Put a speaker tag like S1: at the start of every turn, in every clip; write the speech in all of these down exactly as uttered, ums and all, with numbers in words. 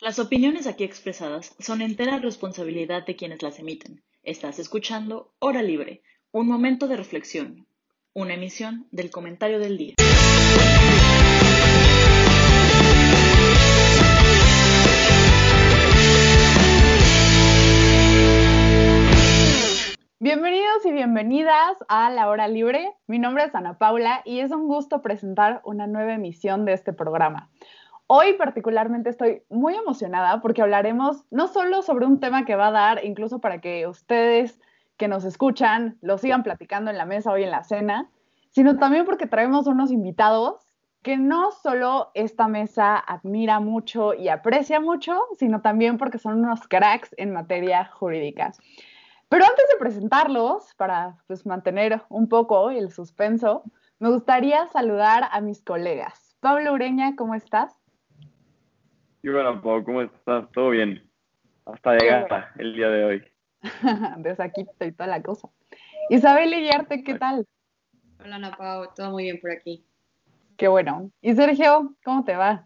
S1: Las opiniones aquí expresadas son entera responsabilidad de quienes las emiten. Estás escuchando Hora Libre, un momento de reflexión, una emisión del comentario del día.
S2: Bienvenidos y bienvenidas a La Hora Libre. Mi nombre es Ana Paula y es un gusto presentar una nueva emisión de este programa. Hoy particularmente estoy muy emocionada porque hablaremos no solo sobre un tema que va a dar incluso para que ustedes que nos escuchan lo sigan platicando en la mesa hoy en la cena, sino también porque traemos unos invitados que no solo esta mesa admira mucho y aprecia mucho, sino también porque son unos cracks en materia jurídica. Pero antes de presentarlos, para pues, mantener un poco el suspenso, me gustaría saludar a mis colegas. Pablo Ureña, ¿cómo estás?
S3: Y bueno, Pau, ¿cómo estás? ¿Todo bien? Hasta
S2: Qué bueno.
S3: llegar el día de hoy.
S2: Desde aquí y toda la cosa. Isabel Iriarte, ¿qué tal?
S4: Hola Ana Pau, todo muy bien por aquí.
S2: Qué bueno. Y Sergio, ¿cómo te va?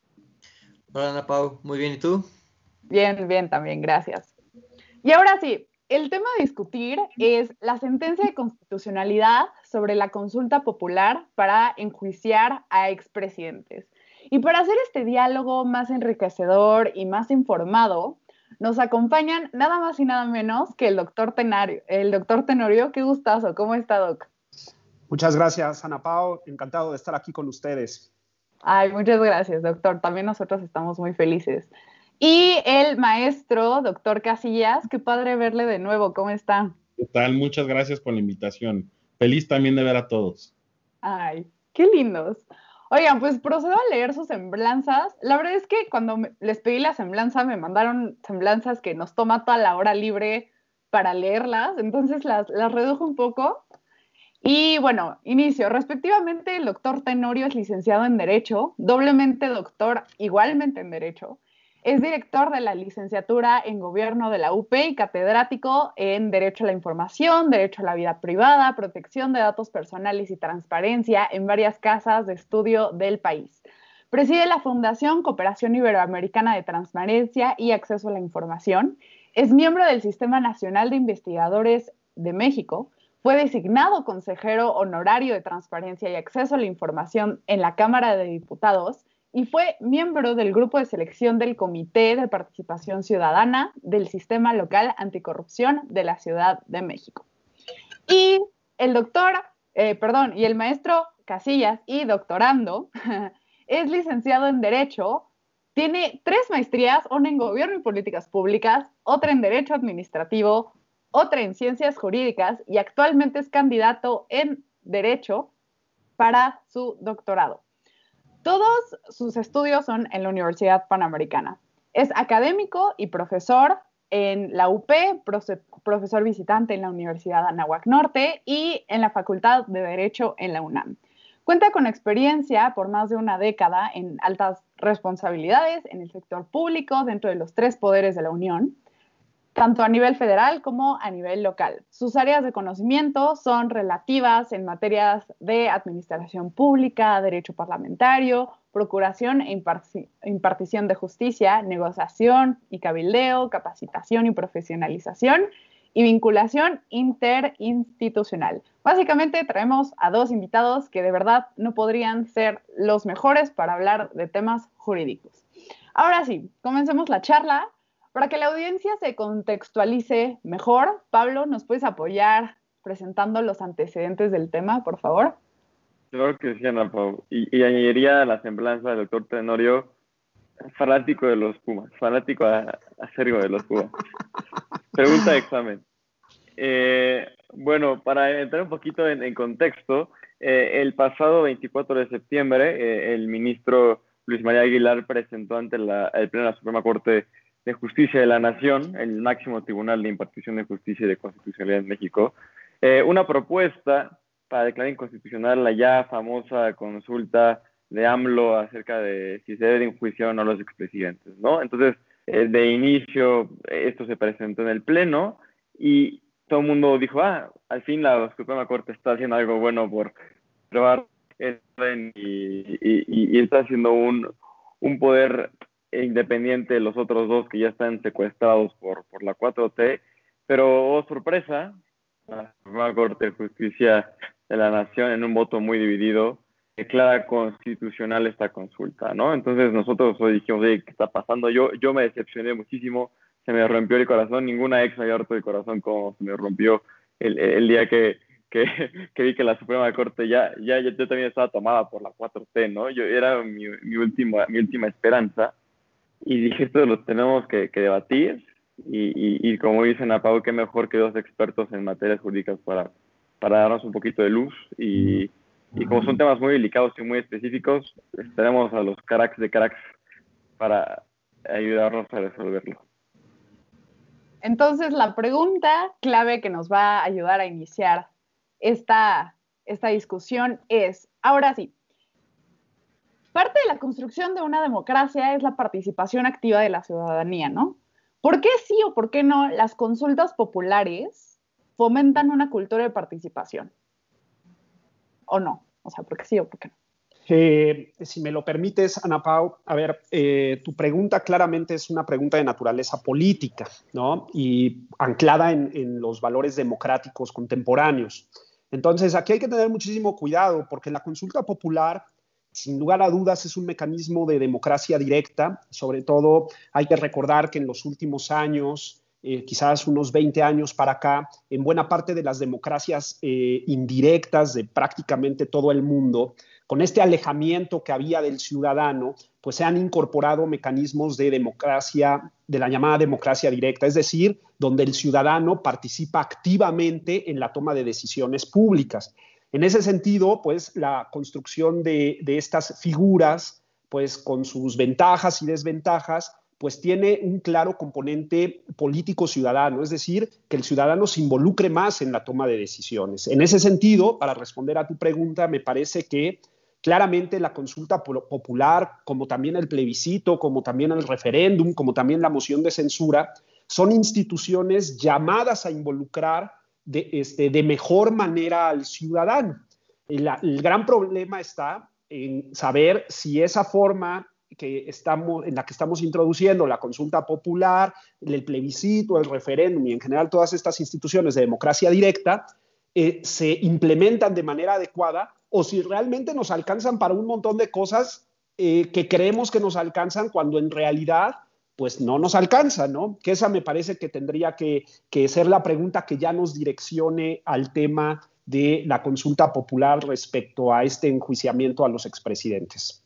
S5: Hola Ana Pau, muy bien, ¿y tú?
S2: Bien, bien también, gracias. Y ahora sí, el tema a discutir es la sentencia de constitucionalidad sobre la consulta popular para enjuiciar a expresidentes. Y para hacer este diálogo más enriquecedor y más informado, nos acompañan nada más y nada menos que el doctor Tenario, el doctor Tenorio. Qué gustazo, ¿cómo está, Doc?
S6: Muchas gracias, Ana Pau. Encantado de estar aquí con ustedes.
S2: Ay, muchas gracias, doctor. También nosotros estamos muy felices. Y el maestro, doctor Casillas, qué padre verle de nuevo. ¿Cómo está?
S7: ¿Qué tal? Muchas gracias por la invitación. Feliz también de ver a todos.
S2: Ay, qué lindos. Oigan, pues procedo a leer sus semblanzas. La verdad es que cuando me- les pedí la semblanza, me mandaron semblanzas que nos toma toda la hora libre para leerlas, entonces las, las redujo un poco. Y bueno, inicio. Respectivamente, el doctor Tenorio es licenciado en Derecho, doblemente doctor igualmente en Derecho. Es director de la licenciatura en Gobierno de la U P y catedrático en Derecho a la Información, Derecho a la Vida Privada, Protección de Datos Personales y Transparencia en varias casas de estudio del país. Preside la Fundación Cooperación Iberoamericana de Transparencia y Acceso a la Información. Es miembro del Sistema Nacional de Investigadores de México. Fue designado consejero honorario de Transparencia y Acceso a la Información en la Cámara de Diputados y fue miembro del grupo de selección del Comité de Participación Ciudadana del Sistema Local Anticorrupción de la Ciudad de México. Y el doctor, eh, perdón, y el maestro Casillas y doctorando es licenciado en Derecho, tiene tres maestrías, una en Gobierno y Políticas Públicas, otra en Derecho Administrativo, otra en Ciencias Jurídicas y actualmente es candidato en Derecho para su doctorado. Todos sus estudios son en la Universidad Panamericana. Es académico y profesor en la U P, profesor visitante en la Universidad Anáhuac Norte y en la Facultad de Derecho en la UNAM. Cuenta con experiencia por más de una década en altas responsabilidades en el sector público dentro de los tres poderes de la Unión, tanto a nivel federal como a nivel local. Sus áreas de conocimiento son relativas en materias de administración pública, derecho parlamentario, procuración e impartición de justicia, negociación y cabildeo, capacitación y profesionalización y vinculación interinstitucional. Básicamente traemos a dos invitados que de verdad no podrían ser los mejores para hablar de temas jurídicos. Ahora sí, comencemos la charla. Para que la audiencia se contextualice mejor, Pablo, ¿nos puedes apoyar presentando los antecedentes del tema, por favor?
S3: Claro que sí, Ana Pau. Y, y añadiría la semblanza del doctor Tenorio, fanático de los Pumas, fanático a, acérrimo de los Pumas. Pregunta de examen. Eh, bueno, para entrar un poquito en, en contexto, eh, el pasado veinticuatro de septiembre, eh, el ministro Luis María Aguilar presentó ante la, el Pleno de la Suprema Corte de Justicia de la Nación, el máximo tribunal de impartición de justicia y de constitucionalidad en México, eh, una propuesta para declarar inconstitucional la ya famosa consulta de AMLO acerca de si se debe enjuiciar o no a los expresidentes, ¿no? Entonces, eh, de inicio, esto se presentó en el Pleno y todo el mundo dijo, ah, al fin la Suprema Corte está haciendo algo bueno por probar el orden y, y, y, y está haciendo un, un poder independiente de los otros dos que ya están secuestrados por, por la cuatro T, pero oh, sorpresa, la Suprema Corte de Justicia de la Nación, en un voto muy dividido, declara constitucional esta consulta, ¿no? Entonces nosotros hoy dijimos, ¿qué está pasando? Yo, yo me decepcioné muchísimo, se me rompió el corazón, ninguna ex me había roto el corazón como se me rompió el, el día que, que, que vi que la Suprema Corte ya, ya, ya yo también estaba tomada por la cuatro T, ¿no? Yo era mi, mi, última, mi última esperanza, y dije, esto lo tenemos que, que debatir, y, y, y como dicen a Pau, qué mejor que dos expertos en materias jurídicas para, para darnos un poquito de luz, y, y como son temas muy delicados y muy específicos, esperemos a los cracks de cracks para ayudarnos a resolverlo.
S2: Entonces, la pregunta clave que nos va a ayudar a iniciar esta, esta discusión es, ahora sí, parte de la construcción de una democracia es la participación activa de la ciudadanía, ¿no? ¿Por qué sí o por qué no las consultas populares fomentan una cultura de participación? ¿O no? O sea, ¿por qué sí o por qué no?
S6: Eh, si me lo permites, Ana Pau, a ver, eh, tu pregunta claramente es una pregunta de naturaleza política, ¿no? Y anclada en, en los valores democráticos contemporáneos. Entonces, aquí hay que tener muchísimo cuidado, porque la consulta popular, sin lugar a dudas, es un mecanismo de democracia directa. Sobre todo, hay que recordar que en los últimos años, eh, quizás unos veinte años para acá, en buena parte de las democracias eh, indirectas de prácticamente todo el mundo, con este alejamiento que había del ciudadano, pues se han incorporado mecanismos de democracia, de la llamada democracia directa, es decir, donde el ciudadano participa activamente en la toma de decisiones públicas. En ese sentido, pues la construcción de, de estas figuras, pues con sus ventajas y desventajas, pues tiene un claro componente político ciudadano, es decir, que el ciudadano se involucre más en la toma de decisiones. En ese sentido, para responder a tu pregunta, me parece que claramente la consulta popular, como también el plebiscito, como también el referéndum, como también la moción de censura, son instituciones llamadas a involucrar de, este, de mejor manera al ciudadano. El, el gran problema está en saber si esa forma que estamos, en la que estamos introduciendo la consulta popular, el plebiscito, el referéndum y en general todas estas instituciones de democracia directa eh, se implementan de manera adecuada o si realmente nos alcanzan para un montón de cosas eh, que creemos que nos alcanzan cuando en realidad pues no nos alcanza, ¿no? Que esa me parece que tendría que, que ser la pregunta que ya nos direccione al tema de la consulta popular respecto a este enjuiciamiento a los expresidentes.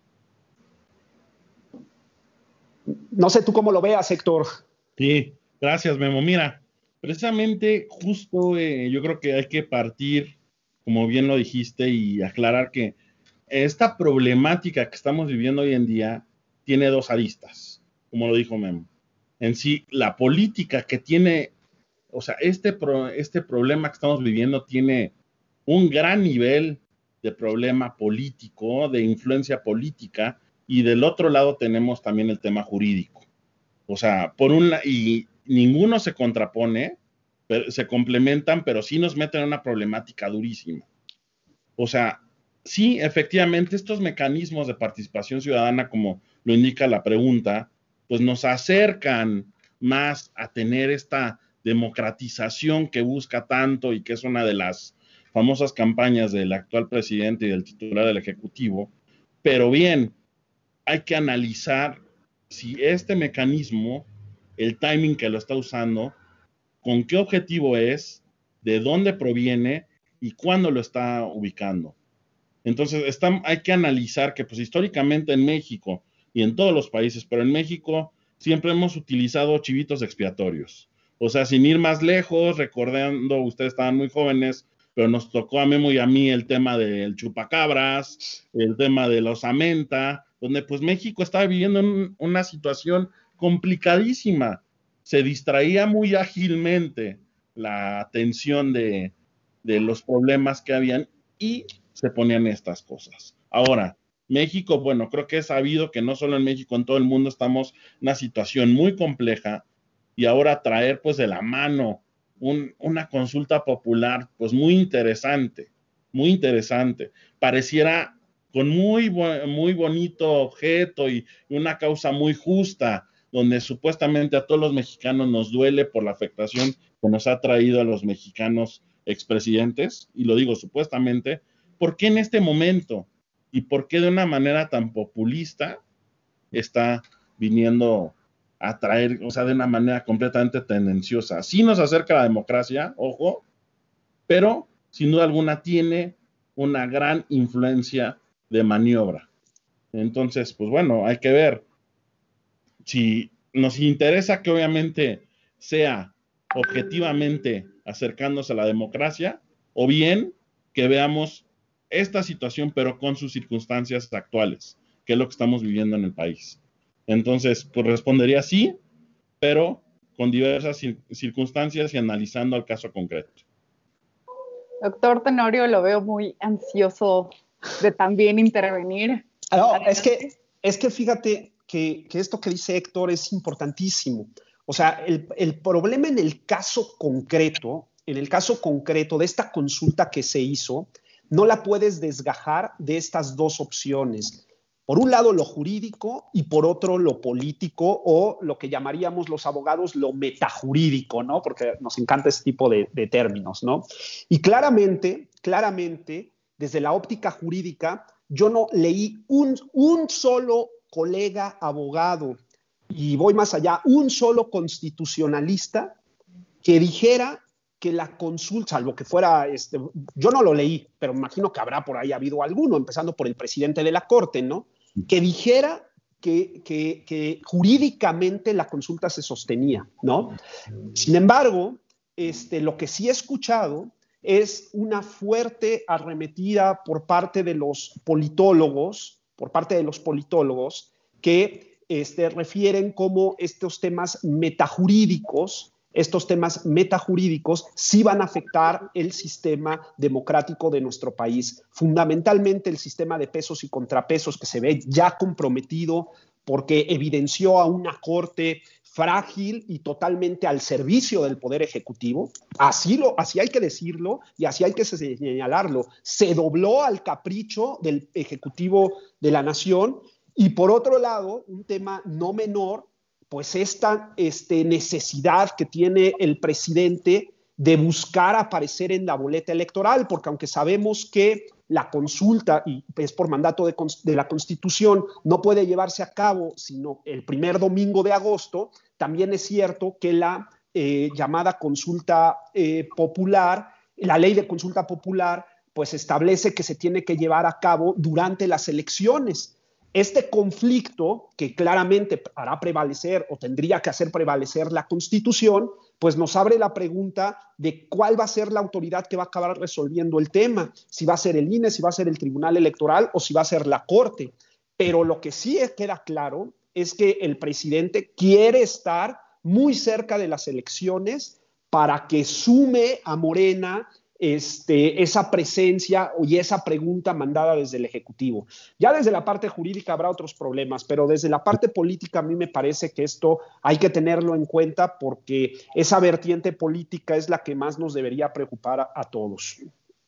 S6: No sé tú cómo lo veas, Héctor.
S7: Sí, gracias, Memo. Mira, precisamente justo eh, yo creo que hay que partir, como bien lo dijiste, y aclarar que esta problemática que estamos viviendo hoy en día tiene dos aristas, como lo dijo Memo. En sí, la política que tiene, o sea, este, pro, este problema que estamos viviendo tiene un gran nivel de problema político, de influencia política, y del otro lado tenemos también el tema jurídico. O sea, por un lado, y ninguno se contrapone, pero, se complementan, pero sí nos meten en una problemática durísima. O sea, sí, efectivamente, estos mecanismos de participación ciudadana, como lo indica la pregunta, pues nos acercan más a tener esta democratización que busca tanto y que es una de las famosas campañas del actual presidente y del titular del Ejecutivo. Pero bien, hay que analizar si este mecanismo, el timing que lo está usando, con qué objetivo es, de dónde proviene y cuándo lo está ubicando. Entonces, está, hay que analizar que pues históricamente en México y en todos los países, pero en México siempre hemos utilizado chivitos expiatorios. O sea, sin ir más lejos, recordando, ustedes estaban muy jóvenes, pero nos tocó a Memo y a mí el tema del chupacabras, el tema de la osamenta, donde pues México estaba viviendo un, una situación complicadísima. Se distraía muy ágilmente la atención de, de los problemas que habían y se ponían estas cosas. Ahora, México, bueno, creo que es sabido que no solo en México, en todo el mundo estamos en una situación muy compleja y ahora traer pues de la mano un, una consulta popular pues muy interesante, muy interesante. Pareciera con muy, muy bonito objeto y una causa muy justa, donde supuestamente a todos los mexicanos nos duele por la afectación que nos ha traído a los mexicanos expresidentes, y lo digo supuestamente, ¿por qué en este momento y por qué de una manera tan populista está viniendo a traer, o sea, de una manera completamente tendenciosa? Sí nos acerca a la democracia, ojo, pero sin duda alguna tiene una gran influencia de maniobra. Entonces, pues bueno, hay que ver si nos interesa que obviamente sea objetivamente acercándose a la democracia, o bien que veamos esta situación pero con sus circunstancias actuales, que es lo que estamos viviendo en el país. Entonces, pues respondería sí, pero con diversas circunstancias y analizando el caso concreto.
S2: Doctor Tenorio, lo veo muy ansioso de también intervenir.
S6: No, es que, es que fíjate que, que esto que dice Héctor es importantísimo. O sea, el, el problema en el caso concreto, en el caso concreto de esta consulta que se hizo, no la puedes desgajar de estas dos opciones. Por un lado lo jurídico y por otro lo político, o lo que llamaríamos los abogados lo metajurídico, ¿no? Porque nos encanta ese tipo de, de términos, ¿no? Y claramente, claramente, desde la óptica jurídica, yo no leí un, un solo colega abogado, y voy más allá, un solo constitucionalista que dijera que la consulta, salvo que fuera, este, yo no lo leí, pero me imagino que habrá por ahí habido alguno, empezando por el presidente de la Corte, ¿no? Que dijera que, que, que jurídicamente la consulta se sostenía, ¿no? Sin embargo, este, lo que sí he escuchado es una fuerte arremetida por parte de los politólogos, por parte de los politólogos que este, refieren cómo estos temas metajurídicos, estos temas metajurídicos sí van a afectar el sistema democrático de nuestro país, fundamentalmente el sistema de pesos y contrapesos, que se ve ya comprometido porque evidenció a una corte frágil y totalmente al servicio del Poder Ejecutivo. Así, lo, así hay que decirlo y así hay que señalarlo. Se dobló al capricho del Ejecutivo de la Nación. Y por otro lado, un tema no menor, pues esta este, necesidad que tiene el presidente de buscar aparecer en la boleta electoral, porque aunque sabemos que la consulta, y es por mandato de, de la Constitución, no puede llevarse a cabo sino el primer domingo de agosto, también es cierto que la eh, llamada consulta eh, popular, la ley de consulta popular, pues establece que se tiene que llevar a cabo durante las elecciones. Este conflicto, que claramente hará prevalecer o tendría que hacer prevalecer la Constitución, pues nos abre la pregunta de cuál va a ser la autoridad que va a acabar resolviendo el tema, si va a ser el I N E, si va a ser el Tribunal Electoral o si va a ser la Corte. Pero lo que sí queda claro es que el presidente quiere estar muy cerca de las elecciones para que sume a Morena Este, esa presencia y esa pregunta mandada desde el Ejecutivo. Ya desde la parte jurídica habrá otros problemas, pero desde la parte política a mí me parece que esto hay que tenerlo en cuenta porque esa vertiente política es la que más nos debería preocupar a, a todos.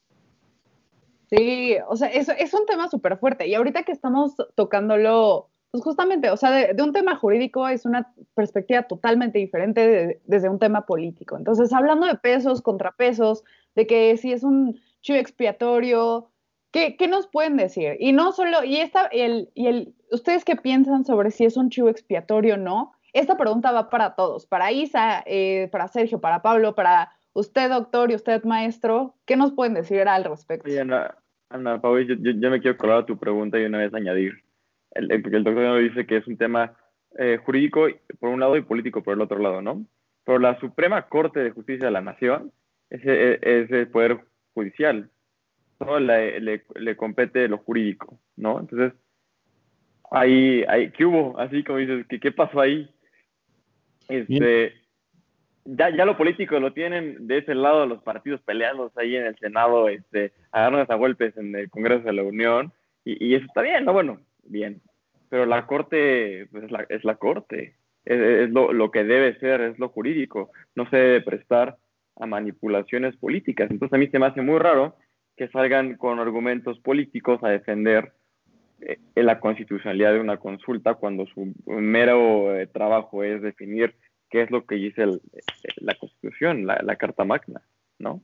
S2: Sí, o sea, es, es un tema súper fuerte y ahorita que estamos tocándolo, pues justamente, o sea, de, de un tema jurídico es una perspectiva totalmente diferente de, desde un tema político. Entonces, hablando de pesos, contrapesos, de que si es un chivo expiatorio, ¿qué, qué nos pueden decir? Y no solo, y esta, el, y el, ¿ustedes qué piensan sobre si es un chivo expiatorio o no? Esta pregunta va para todos, para Isa, eh, para Sergio, para Pablo, para usted, doctor, y usted, maestro. ¿Qué nos pueden decir al respecto?
S3: Oye, Ana, Ana Pau, yo, yo, yo me quiero colar a tu pregunta y una vez añadir. El, el, el doctor dice que es un tema eh, jurídico por un lado y político por el otro lado, ¿no? Pero la Suprema Corte de Justicia de la Nación es, es, es el poder judicial, ¿no? Le, le, le compete lo jurídico, ¿no? Entonces, ahí, ahí, ¿qué hubo? Así como dices, ¿qué, qué pasó ahí? Este, ya, ya lo político lo tienen de ese lado los partidos peleados ahí en el Senado, este, agarrándose a golpes en el Congreso de la Unión, y, y eso está bien, ¿no? Bueno, bien, pero la Corte pues, es, la, es la Corte, es, es lo, lo que debe ser, es lo jurídico, no se debe prestar a manipulaciones políticas. Entonces a mí se me hace muy raro que salgan con argumentos políticos a defender eh, la constitucionalidad de una consulta cuando su mero eh, trabajo es definir qué es lo que dice el, la Constitución, la, la Carta Magna, ¿no?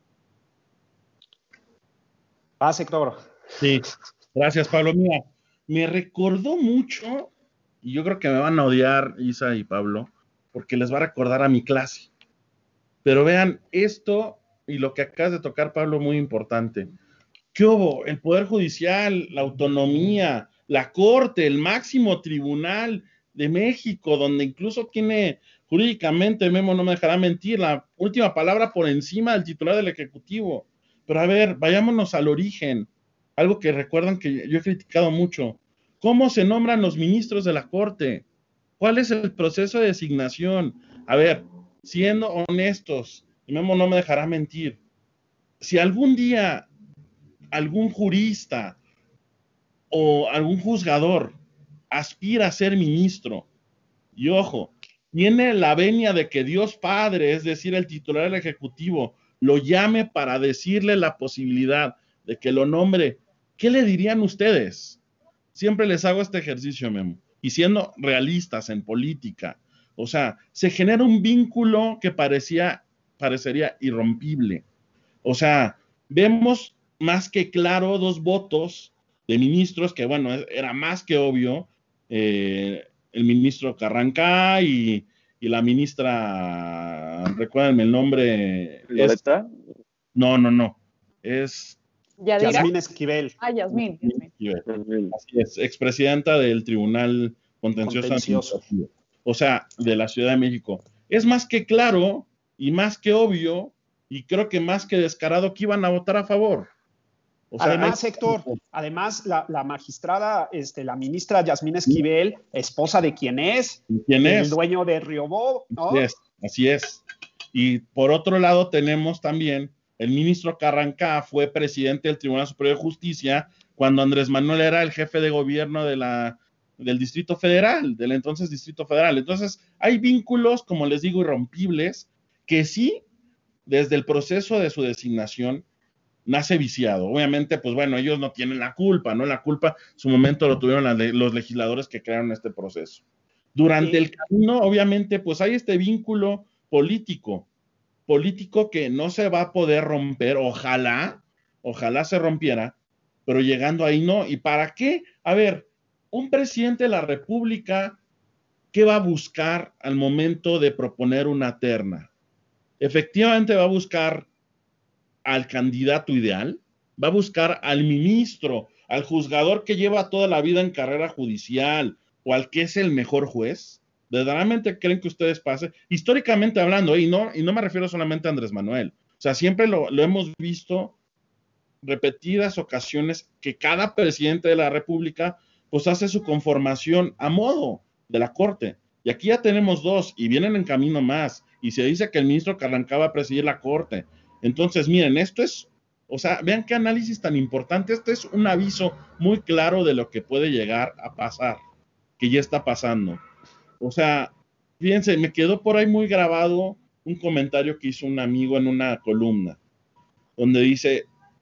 S6: Paz, Héctor.
S7: Sí, gracias, Pablo. Mira, me recordó mucho, y yo creo que me van a odiar Isa y Pablo, porque les va a recordar a mi clase. Pero vean, esto y lo que acabas de tocar, Pablo, muy importante. ¿Qué hubo? El Poder Judicial, la autonomía, la Corte, el máximo tribunal de México, donde incluso tiene jurídicamente, Memo no me dejará mentir, la última palabra por encima del titular del Ejecutivo. Pero a ver, vayámonos al origen, algo que recuerdan que yo he criticado mucho. ¿Cómo se nombran los ministros de la Corte? ¿Cuál es el proceso de designación? A ver, siendo honestos, y Memo no me dejará mentir, si algún día algún jurista o algún juzgador aspira a ser ministro, y ojo, tiene la venia de que Dios Padre, es decir, el titular del Ejecutivo, lo llame para decirle la posibilidad de que lo nombre, ¿qué le dirían ustedes? Siempre les hago este ejercicio, Memo, y siendo realistas en política, o sea, se genera un vínculo que parecía, parecería irrompible. O sea, vemos más que claro dos votos de ministros que, bueno, era más que obvio, eh, el ministro Carrancá y, y la ministra, recuérdenme el nombre.
S3: ¿Loreta?
S7: Es, no, no, no, es
S2: ¿Yadira?
S6: Yasmín Esquivel.
S2: Ah, Yasmín.
S3: Yasmín.
S7: Así es, expresidenta del Tribunal Contencioso
S6: Contencioso.
S7: Administrativo, o sea, de la Ciudad de México. Es más que claro y más que obvio, y creo que más que descarado, que iban a votar a favor. O sea,
S6: además,
S7: hay...
S6: Héctor, además la, la magistrada, este, la ministra Yasmín Esquivel, esposa de quién es,
S7: ¿Quién
S6: el
S7: es?
S6: dueño de Riobó, ¿no?
S7: Así es, así es. Y por otro lado tenemos también, el ministro Carrancá fue presidente del Tribunal Superior de Justicia cuando Andrés Manuel era el jefe de gobierno de la, del Distrito Federal, del entonces Distrito Federal. Entonces, hay vínculos, como les digo, irrompibles, que sí, desde el proceso de su designación, nace viciado. Obviamente, pues bueno, ellos no tienen la culpa, ¿no? La culpa, en su momento lo tuvieron la, los legisladores que crearon este proceso. Durante sí. el camino, obviamente, pues hay este vínculo político, político que no se va a poder romper, ojalá, ojalá se rompiera, pero llegando ahí no. ¿Y para qué? A ver, un presidente de la República, ¿qué va a buscar al momento de proponer una terna? Efectivamente va a buscar al candidato ideal, va a buscar al ministro, al juzgador que lleva toda la vida en carrera judicial, o al que es el mejor juez. ¿Verdaderamente creen que ustedes pasen? Históricamente hablando, ¿eh? y, no, y no me refiero solamente a Andrés Manuel, o sea, siempre lo, lo hemos visto repetidas ocasiones que cada presidente de la República pues hace su conformación a modo de la Corte. Y aquí ya tenemos dos, y vienen en camino más, y se dice que el ministro Carrancá va a presidir la Corte. Entonces, miren, esto es, o sea, vean qué análisis tan importante, este es un aviso muy claro de lo que puede llegar a pasar, que ya está pasando. O sea, fíjense, me quedó por ahí muy grabado un comentario que hizo un amigo en una columna, donde dice,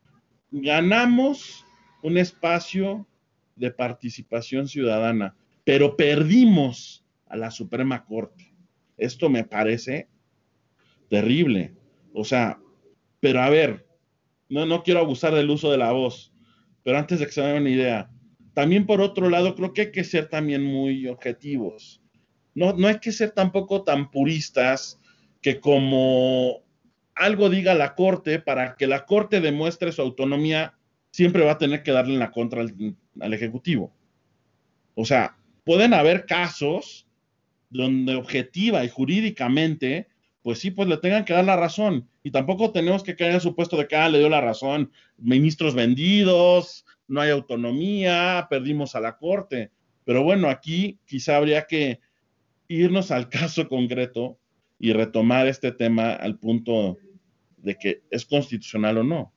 S7: ganamos un espacio de participación ciudadana, pero perdimos a la Suprema Corte. Esto me parece terrible. O sea, pero a ver, no, no quiero abusar del uso de la voz, pero antes de que se me haga una idea, también por otro lado creo que hay que ser también muy objetivos. No, no hay que ser tampoco tan puristas que como algo diga la Corte, para que la Corte demuestre su autonomía, siempre va a tener que darle en la contra al, al Ejecutivo. O sea, pueden haber casos donde objetiva y jurídicamente, pues sí, pues le tengan que dar la razón. Y tampoco tenemos que caer en el supuesto de que ah, le dio la razón, ministros vendidos, no hay autonomía, perdimos a la Corte. Pero bueno, aquí quizá habría que irnos al caso concreto y retomar este tema al punto de que es constitucional o no.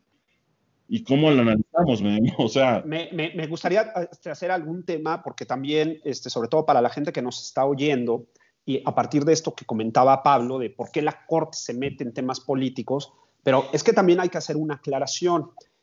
S7: ¿Y cómo lo analizamos? O sea,
S6: me, me, me gustaría hacer algún tema, porque también, este, sobre todo para la gente que nos está oyendo, y a partir de esto que comentaba Pablo, de por qué la Corte se mete en temas políticos, pero es que también hay que hacer una aclaración.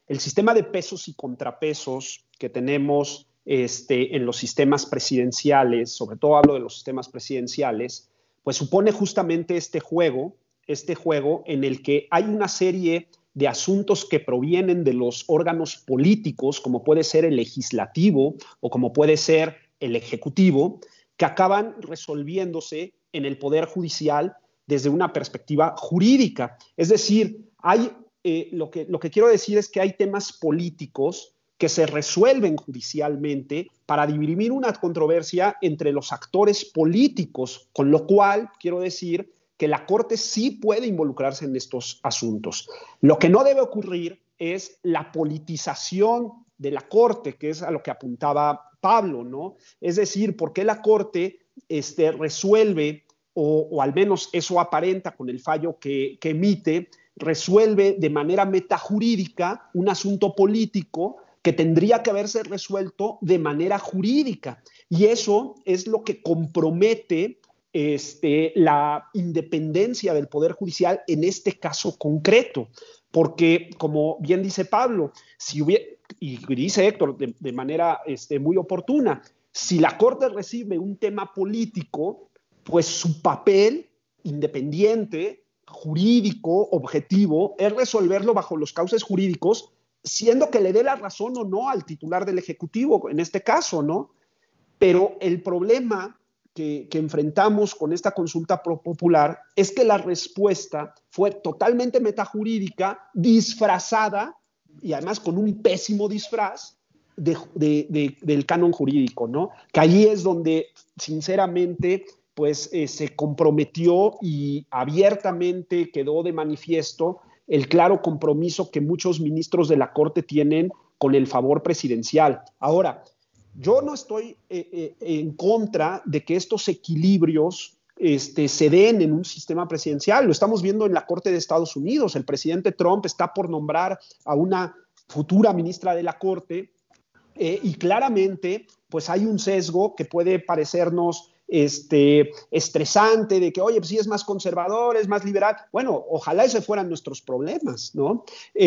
S6: el sistema de pesos y contrapesos que tenemos este, en los sistemas presidenciales, sobre todo hablo de los sistemas presidenciales, pues supone justamente este juego, este juego en el que hay una serie de asuntos que provienen de los órganos políticos, como puede ser el legislativo o como puede ser el ejecutivo, que acaban resolviéndose en el Poder Judicial desde una perspectiva jurídica. Es decir, hay, eh, lo, que, lo que quiero decir es que hay temas políticos que se resuelven judicialmente para dirimir una controversia entre los actores políticos, con lo cual quiero decir que la Corte sí puede involucrarse en estos asuntos. Lo que no debe ocurrir es la politización de la Corte, que es a lo que apuntaba Pablo, ¿no? Es decir, ¿por qué la Corte este, resuelve, o, o al menos eso aparenta con el fallo que, que emite, resuelve de manera metajurídica un asunto político que tendría que haberse resuelto de manera jurídica? Y eso es lo que compromete este, la independencia del Poder Judicial en este caso concreto. Porque, como bien dice Pablo, si hubiera, y dice Héctor de, de manera este, muy oportuna, si la Corte recibe un tema político, pues su papel independiente, jurídico, objetivo, es resolverlo bajo los cauces jurídicos, siendo que le dé la razón o no al titular del Ejecutivo, en este caso, ¿no? Pero el problema que, que enfrentamos con esta consulta popular es que la respuesta fue totalmente metajurídica, disfrazada, y además con un pésimo disfraz de, de, de, del canon jurídico, ¿no? Que allí es donde, sinceramente, pues eh, se comprometió y abiertamente quedó de manifiesto el claro compromiso que muchos ministros de la Corte tienen con el favor presidencial. Ahora, yo no estoy eh, eh, en contra de que estos equilibrios este, se den en un sistema presidencial. Lo estamos viendo en la Corte de Estados Unidos. El presidente Trump está por nombrar a una futura ministra de la Corte eh, y claramente pues hay un sesgo que puede parecernos Este, estresante, de que, oye, pues sí es más conservador, es más liberal. Bueno, ojalá ese fueran nuestros problemas, ¿no?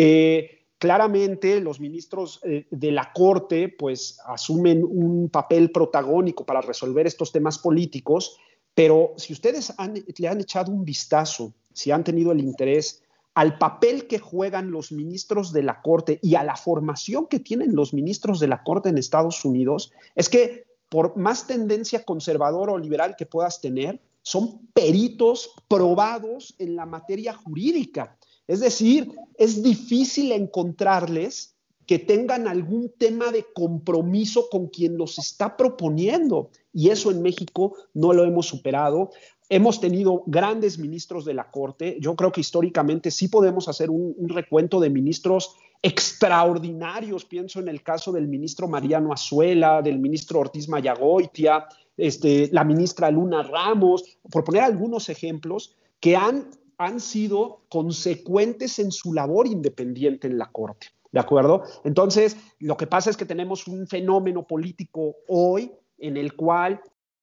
S6: Eh, claramente los ministros eh, de la Corte, pues, asumen un papel protagónico para resolver estos temas políticos, pero si ustedes han, le han echado un vistazo, si han tenido el interés al papel que juegan los ministros de la Corte y a la formación que tienen los ministros de la Corte en Estados Unidos, es que por más tendencia conservadora o liberal que puedas tener, son peritos probados en la materia jurídica. Es decir, es difícil encontrarles que tengan algún tema de compromiso con quien los está proponiendo. Y eso en México no lo hemos superado. Hemos tenido grandes ministros de la Corte. Yo creo que históricamente sí podemos hacer un, un recuento de ministros extraordinarios. Pienso en el caso del ministro Mariano Azuela, del ministro Ortiz Mayagoitia, este, la ministra Luna Ramos, por poner algunos ejemplos, que han, han sido consecuentes en su labor independiente en la Corte. ¿De acuerdo? Entonces, lo que pasa es que tenemos un fenómeno político hoy en el cual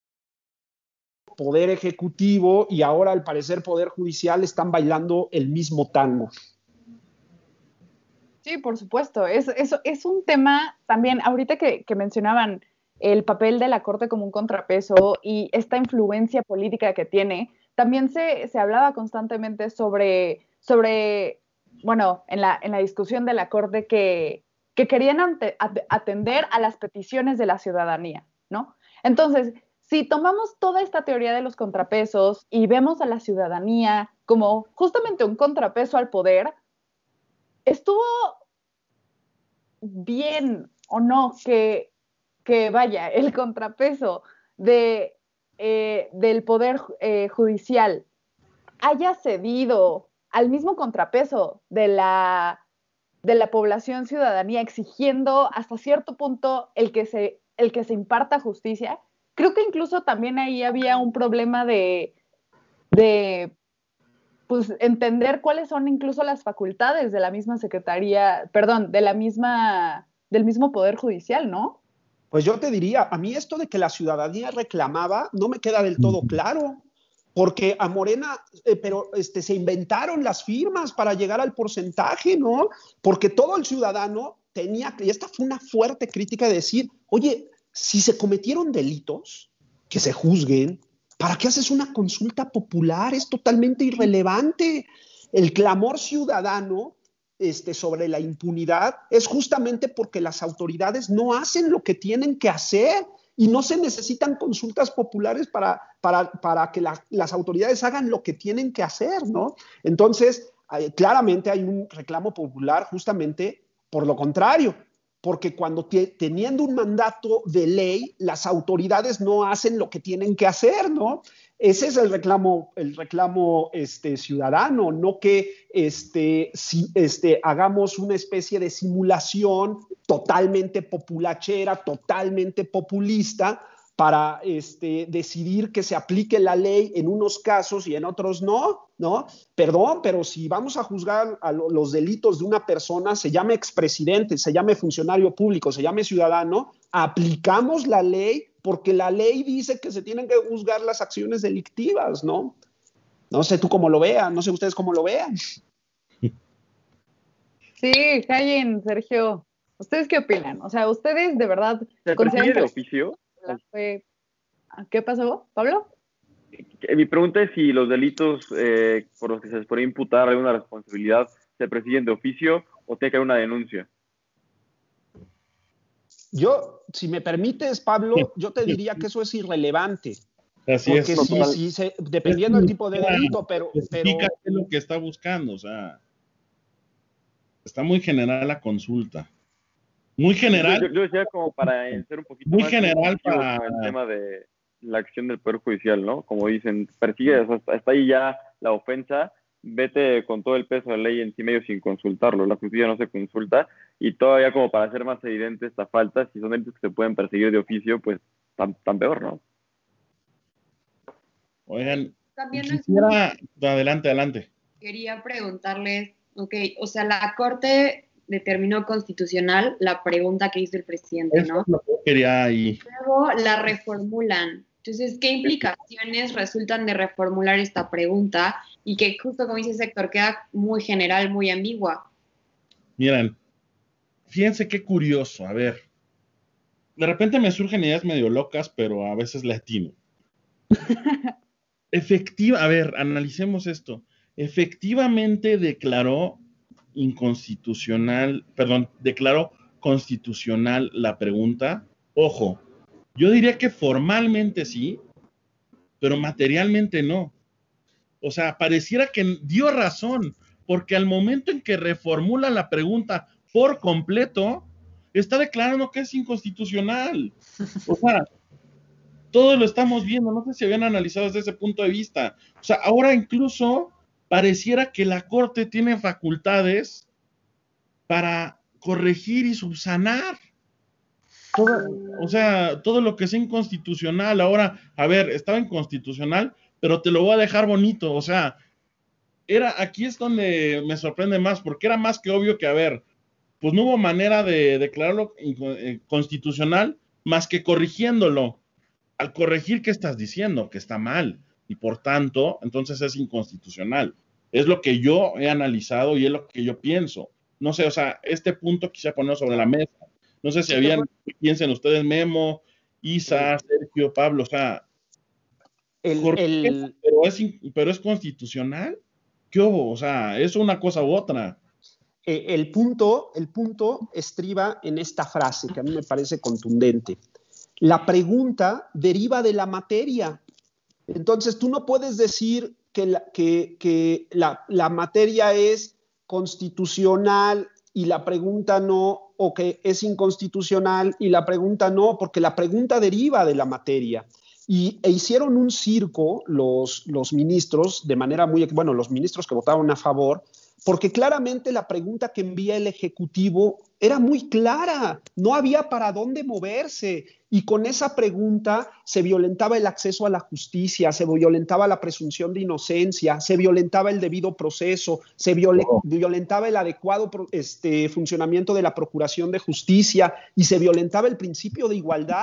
S6: Poder Ejecutivo y ahora, al parecer, Poder Judicial están bailando el mismo tango.
S2: Sí, por supuesto. Es, es, es un tema también, ahorita que, que mencionaban el papel de la Corte como un contrapeso y esta influencia política que tiene, también se, se hablaba constantemente sobre, sobre bueno, en la, en la discusión de la Corte que, que querían ante, atender a las peticiones de la ciudadanía, ¿no? Entonces, si tomamos toda esta teoría de los contrapesos y vemos a la ciudadanía como justamente un contrapeso al poder, ¿estuvo bien o no que, que vaya, el contrapeso de, eh, del poder eh, judicial haya cedido al mismo contrapeso de la, de la población ciudadanía, exigiendo hasta cierto punto el que se, el que se imparta justicia? Creo que incluso también ahí había un problema de, de pues, entender cuáles son incluso las facultades de la misma Secretaría, perdón, de la misma, del mismo Poder Judicial, ¿no?
S6: Pues yo te diría, a mí esto de que la ciudadanía reclamaba no me queda del todo claro. porque a Morena, eh, pero este, se inventaron las firmas para llegar al porcentaje, ¿no? Porque todo el ciudadano tenía, y esta fue una fuerte crítica de decir, oye, si se cometieron delitos, que se juzguen, ¿para qué haces una consulta popular? Es totalmente irrelevante. El clamor ciudadano este, sobre la impunidad es justamente porque las autoridades no hacen lo que tienen que hacer. Y no se necesitan consultas populares para, para, para que la, las autoridades hagan lo que tienen que hacer, ¿no? Entonces, eh, claramente hay un reclamo popular justamente por lo contrario, porque cuando te, teniendo un mandato de ley, las autoridades no hacen lo que tienen que hacer, ¿no? Ese es el reclamo, el reclamo este, ciudadano, no que este, si, este, hagamos una especie de simulación totalmente populachera, totalmente populista, para este, decidir que se aplique la ley en unos casos y en otros no, ¿no? Perdón, pero si vamos a juzgar a lo, los delitos de una persona, se llame expresidente, se llame funcionario público, se llame ciudadano, aplicamos la ley porque la ley dice que se tienen que juzgar las acciones delictivas, ¿no? No sé tú cómo lo vean, no sé ustedes cómo lo vean.
S2: Sí, callen, Sergio. ¿Ustedes qué opinan? O sea, ¿ustedes de verdad
S3: ¿Se persigue de oficio?
S2: Fue... ¿Qué pasó, Pablo?
S3: Mi pregunta es si los delitos eh, por los que se les puede imputar alguna responsabilidad se persiguen de oficio o tiene que haber una denuncia.
S6: Yo, si me permites, Pablo, yo te diría que eso es irrelevante.
S7: Así
S6: porque
S7: es.
S6: sí, sí, se, dependiendo del tipo de delito, pero... pero...
S7: qué es lo que está buscando, o sea, está muy general la consulta. Muy general.
S3: Yo, yo decía como para ser un poquito
S7: muy
S3: más
S7: general para
S3: con el tema de la acción del Poder Judicial, ¿no? Como dicen, persigue, o sea, está ahí ya la ofensa, vete con todo el peso de la ley encima medio sin consultarlo, la justicia no se consulta, y todavía como para hacer más evidente esta falta, si son delitos que se pueden perseguir de oficio, pues tan, tan peor, ¿no?
S7: Oigan,
S4: También
S7: quisiera... Es... Adelante, adelante.
S4: Quería preguntarles, ok, o sea, la Corte determinó constitucional la pregunta que hizo el presidente, ¿no?
S7: Eso es lo que quería ahí.
S4: Luego la reformulan. Entonces, ¿qué implicaciones resultan de reformular esta pregunta? Y que justo como dice Héctor, queda muy general, muy ambigua.
S7: Miren, fíjense qué curioso, a ver. De repente me surgen ideas medio locas, pero a veces le atino. Efectiva, a ver, analicemos esto. Efectivamente declaró inconstitucional, perdón, declaró constitucional la pregunta. Ojo, yo diría que formalmente sí, pero materialmente no. O sea, pareciera que dio razón, porque al momento en que reformula la pregunta por completo, está declarando que es inconstitucional. O sea, todos lo estamos viendo, no sé si habían analizado desde ese punto de vista. O sea, ahora incluso pareciera que la Corte tiene facultades para corregir y subsanar. Todo, o sea, todo lo que sea inconstitucional, ahora, a ver, estaba inconstitucional, pero te lo voy a dejar bonito. O sea, era, aquí es donde me sorprende más, porque era más que obvio que, a ver, pues no hubo manera de declararlo constitucional más que corrigiéndolo. Al corregir, ¿qué estás diciendo? Que está mal. Y por tanto, entonces es inconstitucional. Es lo que yo he analizado y es lo que yo pienso. No sé, o sea, este punto quisiera poner sobre la mesa. No sé si habían, piensen ustedes, Memo, Isa, Sergio, Pablo, o sea,
S6: el, el...
S7: Pero, es, pero es constitucional. ¿Qué hubo? O sea, es una cosa u otra.
S6: El punto, el punto estriba en esta frase que a mí me parece contundente. La pregunta deriva de la materia. Entonces, tú no puedes decir que la, que, que la, la materia es constitucional y la pregunta no, o que es inconstitucional y la pregunta no, porque la pregunta deriva de la materia. Y e hicieron un circo los, los ministros, de manera muy, bueno, los ministros que votaron a favor, porque claramente la pregunta que envía el Ejecutivo era muy clara, no había para dónde moverse, y con esa pregunta se violentaba el acceso a la justicia, se violentaba la presunción de inocencia, se violentaba el debido proceso, se viol oh. violentaba el adecuado este, funcionamiento de la Procuración de Justicia y se violentaba el principio de igualdad.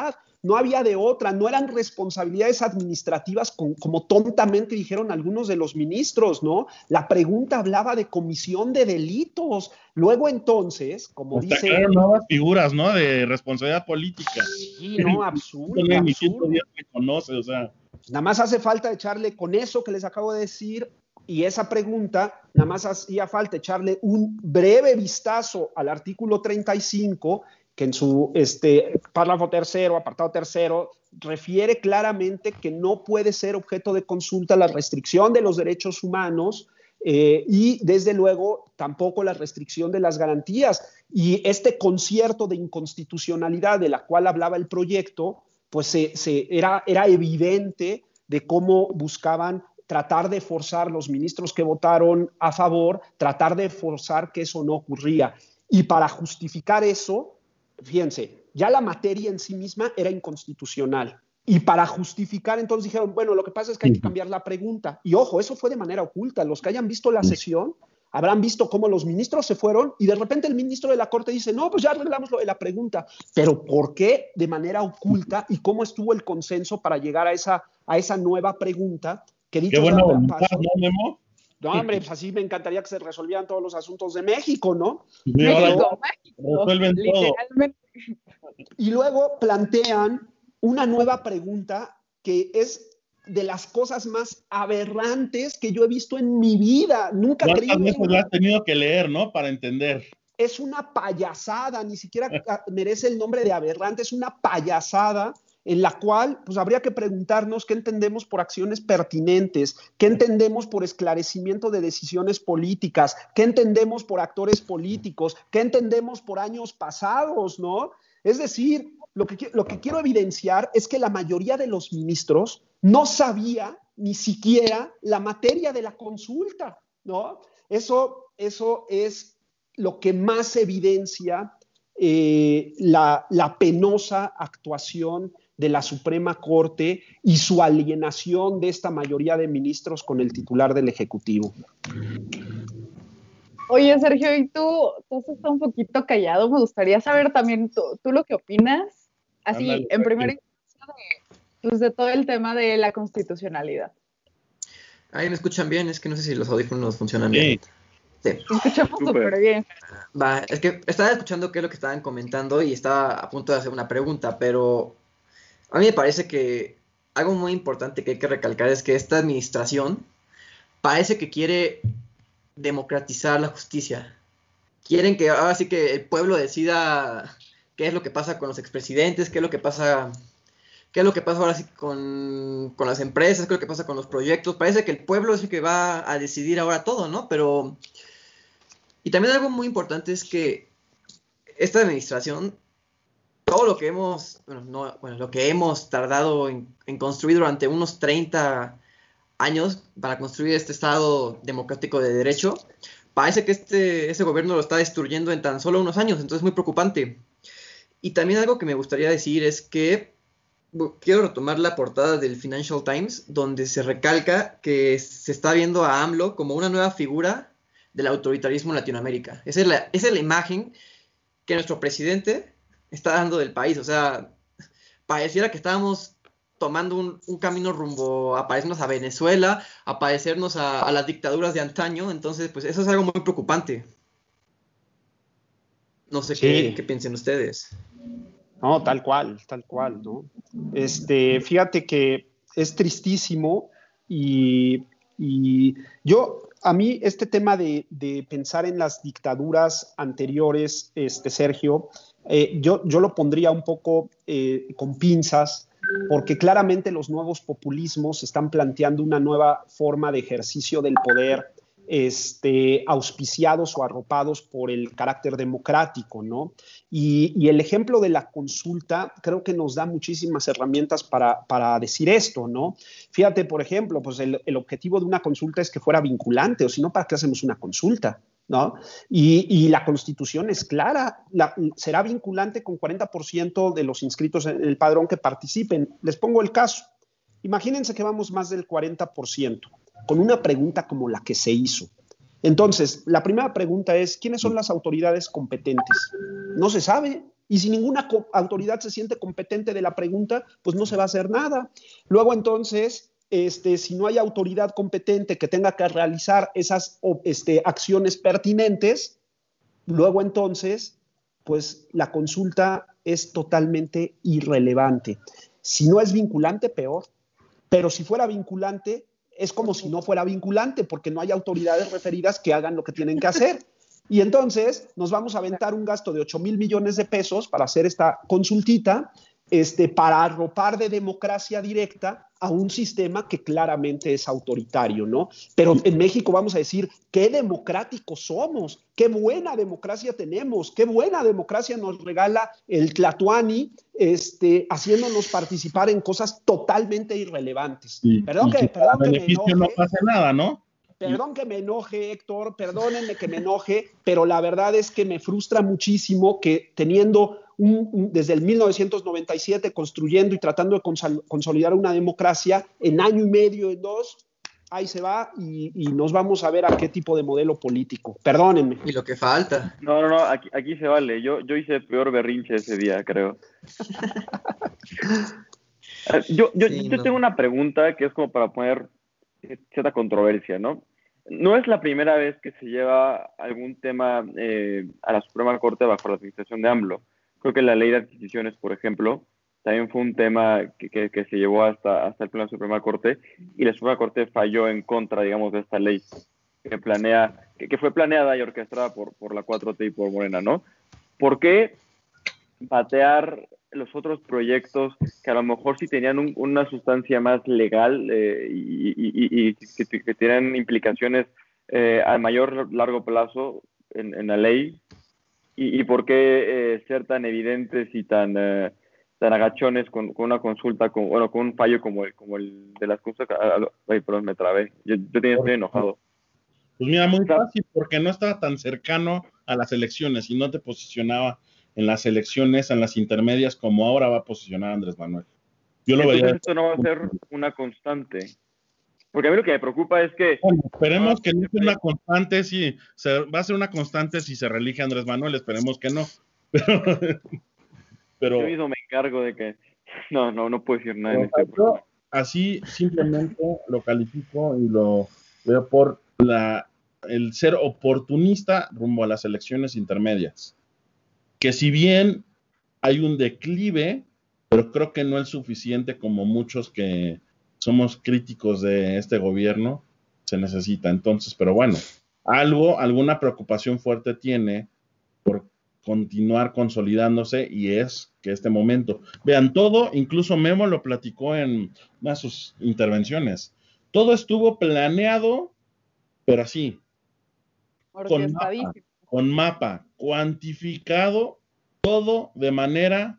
S6: no había de otra, no eran responsabilidades administrativas con, como tontamente dijeron algunos de los ministros, ¿no? La pregunta hablaba de comisión de delitos. Luego entonces, como
S7: Hasta
S6: dice...
S7: crearon nuevas figuras, ¿no? De responsabilidad política.
S6: Sí, no, absurdo,
S7: No, ni
S6: absurdo.
S7: Dios reconoce, o sea...
S6: Nada más hace falta echarle con eso que les acabo de decir y esa pregunta, nada más hacía falta echarle un breve vistazo al artículo treinta y cinco, que en su este, párrafo tercero, apartado tercero, refiere claramente que no puede ser objeto de consulta la restricción de los derechos humanos eh, y, desde luego, tampoco la restricción de las garantías. Y este concierto de inconstitucionalidad de la cual hablaba el proyecto, pues se, se, era, era evidente de cómo buscaban tratar de forzar los ministros que votaron a favor, tratar de forzar que eso no ocurría. Y para justificar eso, fíjense, ya la materia en sí misma era inconstitucional. Y para justificar, entonces dijeron, bueno, lo que pasa es que hay que cambiar la pregunta. Y ojo, eso fue de manera oculta. Los que hayan visto la sesión habrán visto cómo los ministros se fueron y de repente el ministro de la Corte dice, no, pues ya arreglamos lo de la pregunta. Pero ¿por qué de manera oculta y cómo estuvo el consenso para llegar a esa, a esa nueva pregunta? Que dicho
S7: Qué buena
S6: sea
S7: voluntad,
S6: paso,
S7: ¿no, Memo?
S6: no, hombre, pues así me encantaría que se resolvieran todos los asuntos de México, ¿no?
S7: Sí,
S2: México,
S7: ahora
S2: México,
S7: resuelven todo.
S2: literalmente.
S6: Y luego plantean una nueva pregunta que es de las cosas más aberrantes que yo he visto en mi vida. Nunca
S7: ¿Cuántas
S6: creí
S7: veces la has tenido que leer, no? Para entender.
S6: Es una payasada, ni siquiera merece el nombre de aberrante, es una payasada en la cual pues habría que preguntarnos qué entendemos por acciones pertinentes, qué entendemos por esclarecimiento de decisiones políticas, qué entendemos por actores políticos, qué entendemos por años pasados, ¿no? Es decir, lo que, lo que quiero evidenciar es que la mayoría de los ministros no sabía ni siquiera la materia de la consulta, ¿no? Eso, eso es lo que más evidencia eh, la, la penosa actuación de la Suprema Corte y su alienación de esta mayoría de ministros con el titular del Ejecutivo.
S2: Oye, Sergio, y tú, tú has estado un poquito callado. Me gustaría saber también tú, tú lo que opinas, así,
S7: Ándale,
S2: en primera
S7: Sergio.
S2: instancia, de, pues, de todo el tema de la constitucionalidad.
S5: Ahí me escuchan bien, es que no sé si los audífonos funcionan
S7: Sí.
S5: bien. Sí.
S2: Te escuchamos
S3: Súper.
S2: súper bien.
S5: Va, es que estaba escuchando qué es lo que estaban comentando y estaba a punto de hacer una pregunta, pero a mí me parece que algo muy importante que hay que recalcar es que esta administración parece que quiere democratizar la justicia. Quieren que ahora sí que el pueblo decida qué es lo que pasa con los expresidentes, qué es lo que pasa, qué es lo que pasa ahora sí con, con las empresas, qué es lo que pasa con los proyectos. Parece que el pueblo es el que va a decidir ahora todo, ¿no? Pero... Y también algo muy importante es que esta administración, todo lo que hemos, bueno, no, bueno, lo que hemos tardado en, en construir durante unos treinta años para construir este Estado democrático de derecho, parece que este, este gobierno lo está destruyendo en tan solo unos años, entonces es muy preocupante. Y también algo que me gustaría decir es que bueno, quiero retomar la portada del Financial Times, donde se recalca que se está viendo a AMLO como una nueva figura del autoritarismo en Latinoamérica. Esa es la, esa es la imagen que nuestro presidente está dando del país. O sea, pareciera que estábamos tomando un, un camino rumbo a parecernos a Venezuela, a parecernos a, a las dictaduras de antaño. Entonces, pues eso es algo muy preocupante. No sé
S6: Sí.
S5: qué, qué piensen ustedes.
S6: No, tal cual, tal cual, ¿no? Este, fíjate que es tristísimo y, y yo... A mí este tema de, de pensar en las dictaduras anteriores, este, Sergio, eh, yo, yo lo pondría un poco eh, con pinzas, porque claramente los nuevos populismos están planteando una nueva forma de ejercicio del poder, este, auspiciados o arropados por el carácter democrático, ¿no? Y, y el ejemplo de la consulta creo que nos da muchísimas herramientas para, para decir esto, ¿no? Fíjate, por ejemplo, pues el, el objetivo de una consulta es que fuera vinculante, o si no, ¿para qué hacemos una consulta? ¿No? Y, y la Constitución es clara, la, será vinculante con cuarenta por ciento de los inscritos en el padrón que participen. Les pongo el caso. Imagínense que vamos más del cuarenta por ciento, con una pregunta como la que se hizo. Entonces, la primera pregunta es, ¿quiénes son las autoridades competentes? No se sabe, Y si ninguna autoridad se siente competente de la pregunta, pues no se va a hacer nada. Luego entonces, este, si no hay autoridad competente que tenga que realizar esas este, acciones pertinentes, luego entonces, pues la consulta es totalmente irrelevante. Si no es vinculante, peor. Pero si fuera vinculante, es como si no fuera vinculante, porque no hay autoridades referidas que hagan lo que tienen que hacer. Y entonces nos vamos a aventar un gasto de ocho mil millones de pesos para hacer esta consultita, este, para arropar de democracia directa a un sistema que claramente es autoritario, ¿no? Pero en México vamos a decir, qué democráticos somos, qué buena democracia tenemos, qué buena democracia nos regala el Tlatuani, este, haciéndonos participar en cosas totalmente irrelevantes.
S7: Y,
S6: perdón
S7: y
S6: que,
S7: que
S6: perdón
S7: para
S6: que me
S7: beneficio
S6: enoje.
S7: no pasa nada, ¿no?
S6: Perdón que me enoje, Héctor, perdónenme que me enoje, pero la verdad es que me frustra muchísimo que teniendo un, un, desde el mil novecientos noventa y siete construyendo y tratando de consol, consolidar una democracia, en año y medio, en dos, ahí se va y, y nos vamos a ver a qué tipo de modelo político. Perdónenme.
S5: Y lo que falta.
S3: No, no, no, aquí, aquí se vale. Yo, yo hice el peor berrinche ese día, creo. yo yo,
S5: Sí,
S3: yo
S5: no.
S3: tengo una pregunta que es como para poner cierta controversia, ¿no? No es la primera vez que se lleva algún tema eh, a la Suprema Corte bajo la administración de AMLO. Creo que la ley de adquisiciones, por ejemplo, también fue un tema que, que, que se llevó hasta, hasta el pleno de la Suprema Corte, y la Suprema Corte falló en contra, digamos, de esta ley que planea, que, que fue planeada y orquestada por, por la cuatro T y por Morena, ¿no? ¿Por qué patear los otros proyectos que a lo mejor sí tenían un, una sustancia más legal eh, y, y, y, y que, que tienen implicaciones eh, a mayor largo plazo en, en la ley? ¿Y, y por qué eh, ser tan evidentes y tan, eh, tan agachones con, con una consulta, con, bueno, con un fallo como el, como el de las cosas? Ay, perdón, me trabé. Yo, yo tenía, estoy enojado.
S7: Pues mira, muy fácil, porque no estaba tan cercano a las elecciones y no te posicionaba en las elecciones, en las intermedias, como ahora va a posicionar Andrés Manuel. Yo lo
S3: Entonces
S7: vería.
S3: esto no va a ser una constante. Porque a mí lo que me preocupa es que...
S7: Bueno, esperemos que no sea una constante, si se, va a ser una constante si se reelige Andrés Manuel, esperemos que no. Pero, pero
S3: yo mismo me encargo de que... No, no, no puedo decir nada en
S7: pero
S3: este
S7: yo así simplemente lo califico y lo veo por la, el ser oportunista rumbo a las elecciones intermedias. Que si bien hay un declive, pero creo que no es suficiente como muchos que somos críticos de este gobierno se necesita. Entonces, pero bueno, algo, alguna preocupación fuerte tiene por continuar consolidándose y es que este momento, vean todo, incluso Memo lo platicó en una de sus intervenciones, todo estuvo planeado, pero así, con mapa, con mapa, cuantificado, todo de manera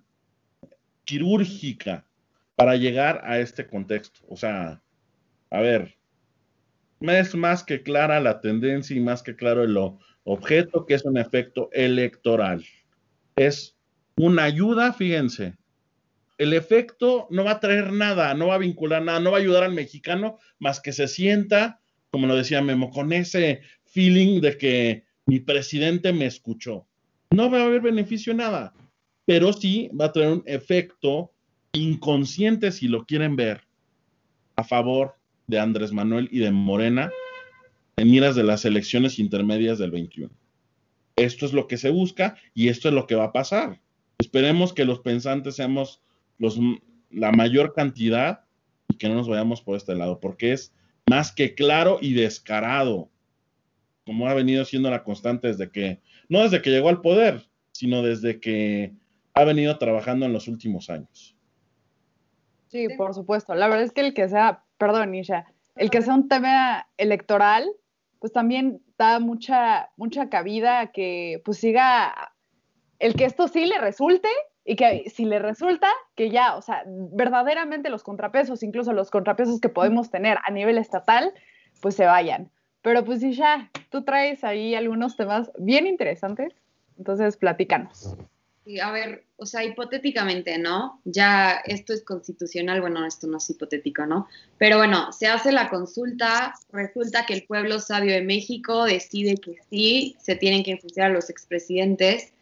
S7: quirúrgica para llegar a este contexto. O sea, a ver, es más que clara la tendencia y más que claro el objeto, que es un efecto electoral. Es una ayuda, fíjense. El efecto no va a traer nada, no va a vincular nada, no va a ayudar al mexicano más que se sienta, como lo decía Memo, con ese feeling de que mi presidente me escuchó. No va a haber beneficio en nada, pero sí va a tener un efecto inconsciente, si lo quieren ver, a favor de Andrés Manuel y de Morena en miras de las elecciones intermedias del veintiuno. Esto es lo que se busca y esto es lo que va a pasar. Esperemos que los pensantes seamos los, la mayor cantidad y que no nos vayamos por este lado, porque es más que claro y descarado, como ha venido siendo la constante desde que, no desde que llegó al poder, sino desde que ha venido trabajando en los últimos años.
S2: Sí, por supuesto. La verdad es que el que sea, perdón, Nisha, el que sea un tema electoral, pues también da mucha, mucha cabida a que pues siga, el que esto sí le resulte y que si le resulta, que ya, o sea, verdaderamente los contrapesos, incluso los contrapesos que podemos tener a nivel estatal, pues se vayan. Pero pues Nisha, tú traes ahí algunos temas bien interesantes, entonces platícanos.
S4: Sí, a ver, o sea, hipotéticamente, ¿no? Ya esto es constitucional, bueno, esto no es hipotético, ¿no? Pero bueno, se hace la consulta, resulta que el pueblo sabio de México decide que sí, se tienen que enjuiciar a los expresidentes,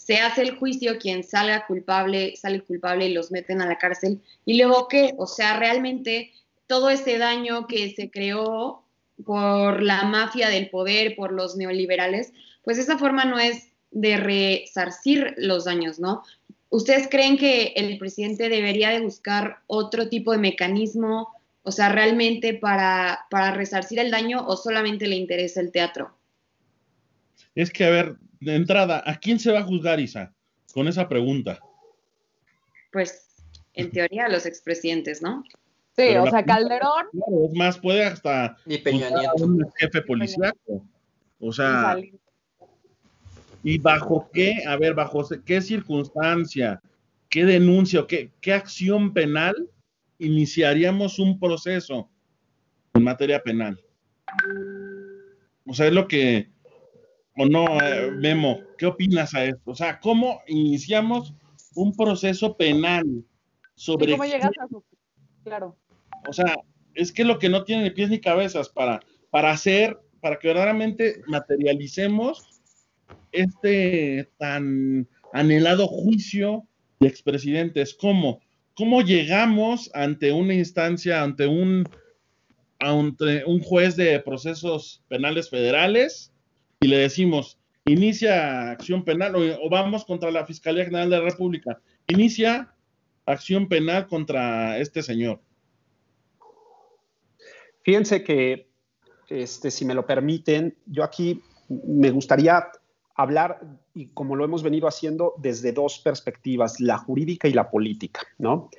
S4: se hace el juicio, quien salga culpable, sale culpable y los meten a la cárcel. ¿Y luego qué? O sea, realmente todo ese daño que se creó por la mafia del poder, por los neoliberales, pues esa forma no es de resarcir los daños, ¿no? ¿Ustedes creen que el presidente debería de buscar otro tipo de mecanismo, o sea, realmente para, para resarcir el daño, o solamente le interesa el teatro?
S7: Es que, a ver, de entrada, ¿a quién se va a juzgar, Isa? Con esa pregunta.
S4: Pues, en teoría, a los expresidentes, ¿no?
S2: Sí,
S7: Pero
S2: o
S7: la
S2: sea,
S7: pregunta,
S2: Calderón
S7: claro, es más, puede hasta
S5: Y Peña
S7: juzgar a
S5: Nieto.
S7: un jefe policíaco. O
S2: y
S7: sea,
S2: Salinas.
S7: ¿y bajo qué? A ver, ¿bajo qué circunstancia, qué denuncia o qué, qué acción penal iniciaríamos un proceso en materia penal? O sea, es lo que, o no, eh, Memo, ¿qué opinas a esto? O sea, ¿cómo iniciamos un proceso penal
S2: ¿Y
S7: sobre
S2: cómo
S7: qué?
S2: llegas a su... Claro.
S7: O sea, es que lo que no tiene ni pies ni cabezas para, para hacer, para que verdaderamente materialicemos este tan anhelado juicio de expresidentes. ¿Cómo? ¿Cómo llegamos ante una instancia, ante un, ante un juez de procesos penales federales y le decimos, inicia acción penal o, o vamos contra la Fiscalía General de la República, inicia acción penal contra este señor?
S6: Fíjense que, este, si me lo permiten, yo aquí me gustaría hablar, y como lo hemos venido haciendo, desde dos perspectivas, la jurídica y la política, ¿no?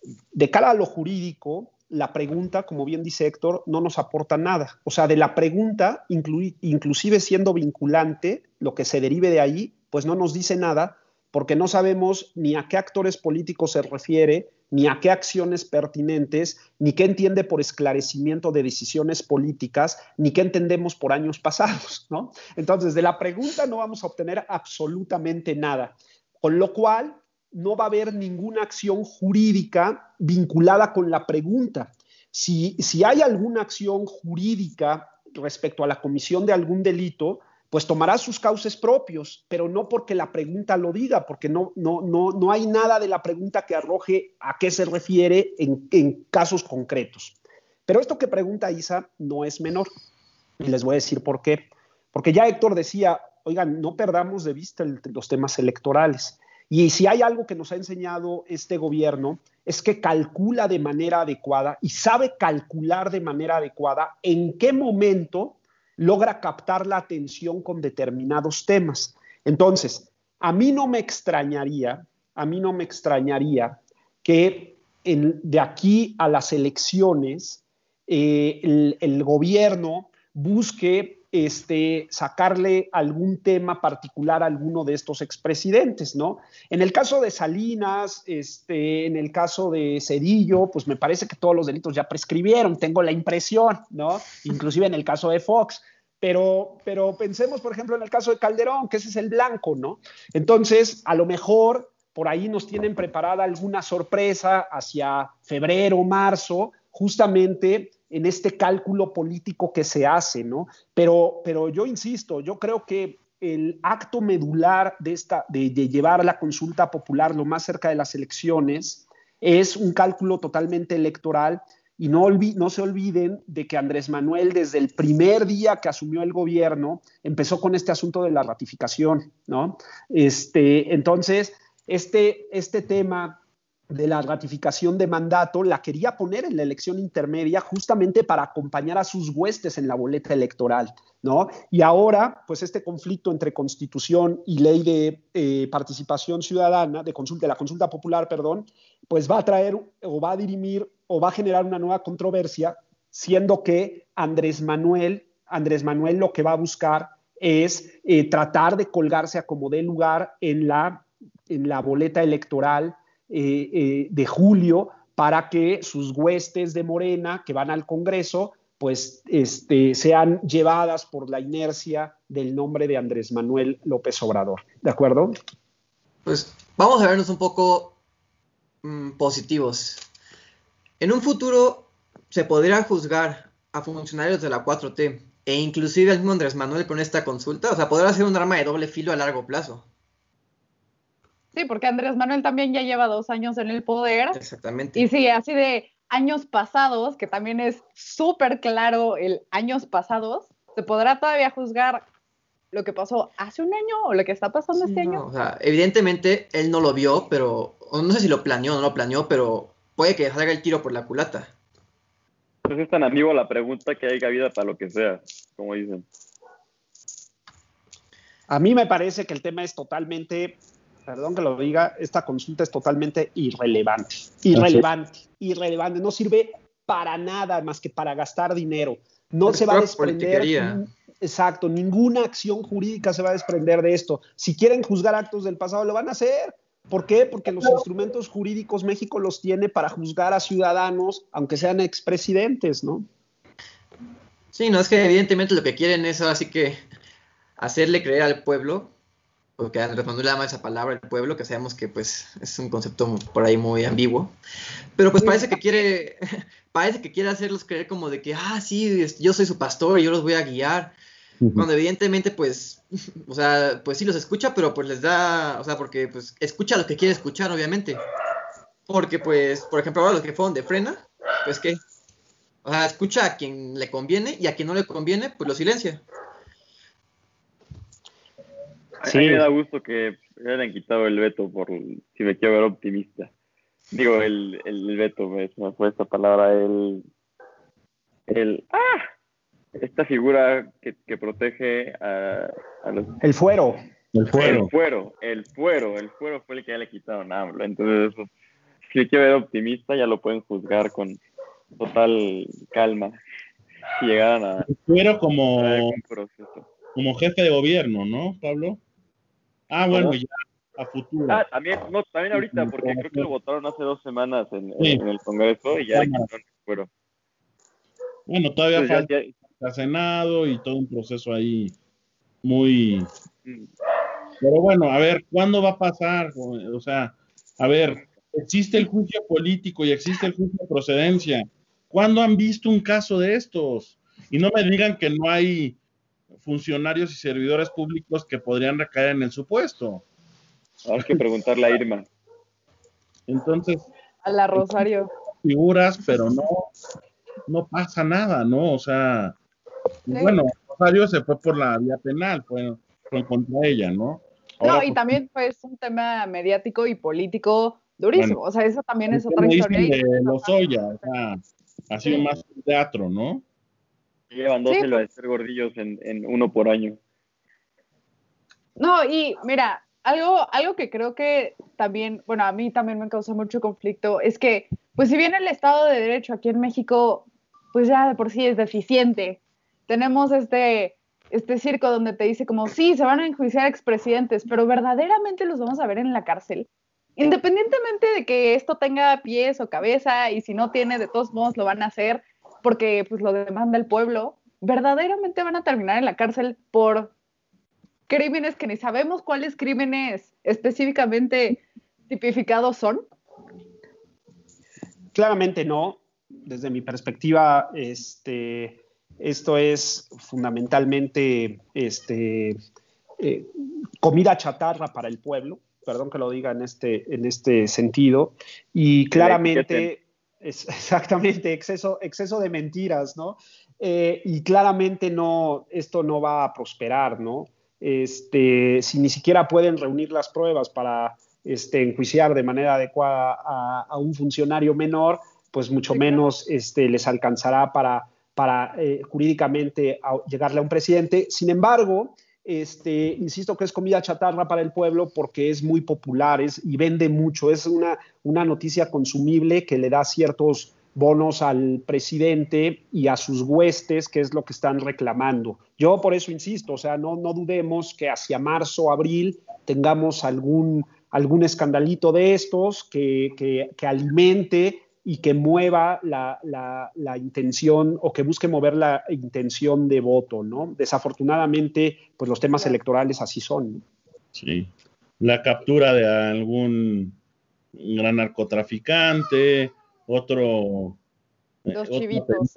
S6: De cara a lo jurídico, la pregunta, como bien dice Héctor, no nos aporta nada. O sea, de la pregunta, inclu inclusive siendo vinculante, lo que se derive de ahí, pues no nos dice nada, porque no sabemos ni a qué actores políticos se refiere, ni a qué acciones pertinentes, ni qué entiende por esclarecimiento de decisiones políticas, ni qué entendemos por años pasados, ¿no? Entonces, de la pregunta no vamos a obtener absolutamente nada, con lo cual no va a haber ninguna acción jurídica vinculada con la pregunta. Si, si hay alguna acción jurídica respecto a la comisión de algún delito, pues tomará sus cauces propios, pero no porque la pregunta lo diga, porque no, no, no, no hay nada de la pregunta que arroje a qué se refiere en, en casos concretos. Pero esto que pregunta Isa no es menor, y les voy a decir por qué. Porque ya Héctor decía, oigan, no perdamos de vista el, los temas electorales. Y si hay algo que nos ha enseñado este gobierno, es que calcula de manera adecuada y sabe calcular de manera adecuada en qué momento logra captar la atención con determinados temas. Entonces, a mí no me extrañaría, a mí no me extrañaría que en, de aquí a las elecciones eh, el, el gobierno busque este, sacarle algún tema particular a alguno de estos expresidentes, ¿no? En el caso de Salinas, este, en el caso de Zedillo, pues me parece que todos los delitos ya prescribieron, tengo la impresión, ¿no? Inclusive en el caso de Fox, pero, pero pensemos, por ejemplo, en el caso de Calderón, que ese es el blanco, ¿no? Entonces, a lo mejor por ahí nos tienen preparada alguna sorpresa hacia febrero, marzo, justamente en este cálculo político que se hace, ¿no? Pero, pero yo insisto, yo creo que el acto medular de, esta, de, de llevar la consulta popular lo más cerca de las elecciones es un cálculo totalmente electoral y no, no se olviden de que Andrés Manuel desde el primer día que asumió el gobierno empezó con este asunto de la ratificación, ¿no? Este, entonces, este, este tema de la ratificación de mandato la quería poner en la elección intermedia justamente para acompañar a sus huestes en la boleta electoral, ¿no? Y ahora, pues este conflicto entre Constitución y Ley de eh, Participación Ciudadana, de, consulta, de la consulta popular, perdón, pues va a traer o va a dirimir o va a generar una nueva controversia, siendo que Andrés Manuel, Andrés Manuel lo que va a buscar es eh, tratar de colgarse a como dé lugar en la, en la boleta electoral Eh, eh, de julio para que sus huestes de Morena que van al Congreso pues este, sean llevadas por la inercia del nombre de Andrés Manuel López Obrador. ¿De acuerdo?
S5: Pues vamos a vernos un poco mmm, positivos. En un futuro se podría juzgar a funcionarios de la cuatro T e inclusive al mismo Andrés Manuel con esta consulta. O sea, podrá ser un arma de doble filo a largo plazo.
S2: Sí, porque Andrés Manuel también ya lleva dos años en el poder.
S5: Exactamente.
S2: Y sí, así de años pasados, que también es súper claro el años pasados, se podrá todavía juzgar lo que pasó hace un año o lo que está pasando
S5: Sí,
S2: este
S5: no,
S2: año.
S5: o sea, evidentemente él no lo vio, pero o no sé si lo planeó o no lo planeó, pero puede que salga el tiro por la culata.
S3: Pues es tan amigo la pregunta que hay cabida para lo que sea, como dicen.
S6: A mí me parece que el tema es totalmente, perdón que lo diga, esta consulta es totalmente irrelevante. Irrelevante, irrelevante. No sirve para nada más que para gastar dinero. No
S5: Es
S6: se va a
S5: pura
S6: desprender,
S5: politiquería.
S6: exacto, ninguna acción jurídica se va a desprender de esto. Si quieren juzgar actos del pasado, lo van a hacer. ¿Por qué? Porque los instrumentos jurídicos México los tiene para juzgar a ciudadanos, aunque sean expresidentes, ¿no?
S5: Sí, no, es que evidentemente lo que quieren es ahora sí que hacerle creer al pueblo, porque Andrés Manuel le llama esa palabra al pueblo, que sabemos que pues es un concepto por ahí muy ambiguo, pero pues parece que quiere, parece que quiere hacerlos creer como de que, ah, sí, yo soy su pastor y yo los voy a guiar, uh-huh. Cuando evidentemente pues, o sea, pues sí los escucha, pero pues les da, o sea, porque pues escucha lo que quiere escuchar, obviamente, porque pues, por ejemplo, ahora los que fueron de Frena, pues que, o sea, escucha a quien le conviene y a quien no le conviene, pues lo silencia.
S3: Sí. A mí me da gusto que me hayan quitado el veto por si me quiero ver optimista. Digo, el, el veto, me, me fue esta palabra, el, el, ¡ah! Esta figura que, que protege a, a los...
S6: El fuero.
S7: El fuero.
S3: El fuero, el fuero, el fuero fue el que ya le quitaron a AMLO. Entonces, eso, si me quiero ver optimista, ya lo pueden juzgar con total calma. Si llegaran a...
S7: El fuero como,
S3: un proceso.
S7: Como jefe de gobierno, ¿no, Pablo? Ah, bueno, ya a futuro.
S3: Ah, también, no, también ahorita, porque creo que lo votaron hace dos semanas en, sí. en el Congreso y ya le quitaron el fuero.
S7: Bueno, todavía
S3: Entonces,
S7: falta el Senado y todo un proceso ahí muy... Pero bueno, a ver, ¿cuándo va a pasar? O sea, a ver, existe el juicio político y existe el juicio de procedencia. ¿Cuándo han visto un caso de estos? Y no me digan que no hay funcionarios y servidores públicos que podrían recaer en el supuesto.
S3: Hay que preguntarle a Irma.
S2: Entonces, a la Rosario.
S7: Figuras, pero no, no pasa nada, ¿no? O sea, sí. Bueno, Rosario se fue por la vía penal, fue, fue contra ella, ¿no?
S2: Ahora, no, y pues, también fue pues, un tema mediático y político durísimo. Bueno, o sea, eso también es otra historia.
S7: De Lozoya, o sea, ha sido sí. más teatro, ¿no?
S3: Llevan dos sí, pues, de ser gordillos en, en uno por año.
S2: No, y mira, algo, algo que creo que también, bueno, a mí también me causa mucho conflicto, es que, pues si bien el Estado de Derecho aquí en México, pues ya de por sí es deficiente, tenemos este, este circo donde te dice como, sí, se van a enjuiciar expresidentes, pero verdaderamente los vamos a ver en la cárcel. Independientemente de que esto tenga pies o cabeza, y si no tiene, de todos modos lo van a hacer, porque pues lo demanda el pueblo, verdaderamente van a terminar en la cárcel por crímenes que ni sabemos cuáles crímenes específicamente tipificados son.
S6: Claramente no. Desde mi perspectiva, este, esto es fundamentalmente este, eh, comida chatarra para el pueblo, perdón que lo diga en este, en este sentido, y claramente, es, exactamente, exceso, exceso de mentiras, ¿no? Eh, y claramente no, esto no va a prosperar, ¿no? Este, si ni siquiera pueden reunir las pruebas para este, enjuiciar de manera adecuada a, a un funcionario menor, pues mucho sí, menos claro. este, les alcanzará para, para eh, jurídicamente a llegarle a un presidente. Sin embargo, este, insisto que es comida chatarra para el pueblo porque es muy popular es, y vende mucho, es una, una noticia consumible que le da ciertos bonos al presidente y a sus huestes, que es lo que están reclamando. Yo por eso insisto, o sea, no, no dudemos que hacia marzo, abril tengamos algún, algún escandalito de estos que, que, que alimente y que mueva la, la, la intención o que busque mover la intención de voto, ¿no? Desafortunadamente, pues los temas electorales así son, ¿no?
S7: Sí. La captura de algún gran narcotraficante, otro,
S2: Los
S7: otro
S2: chivitos.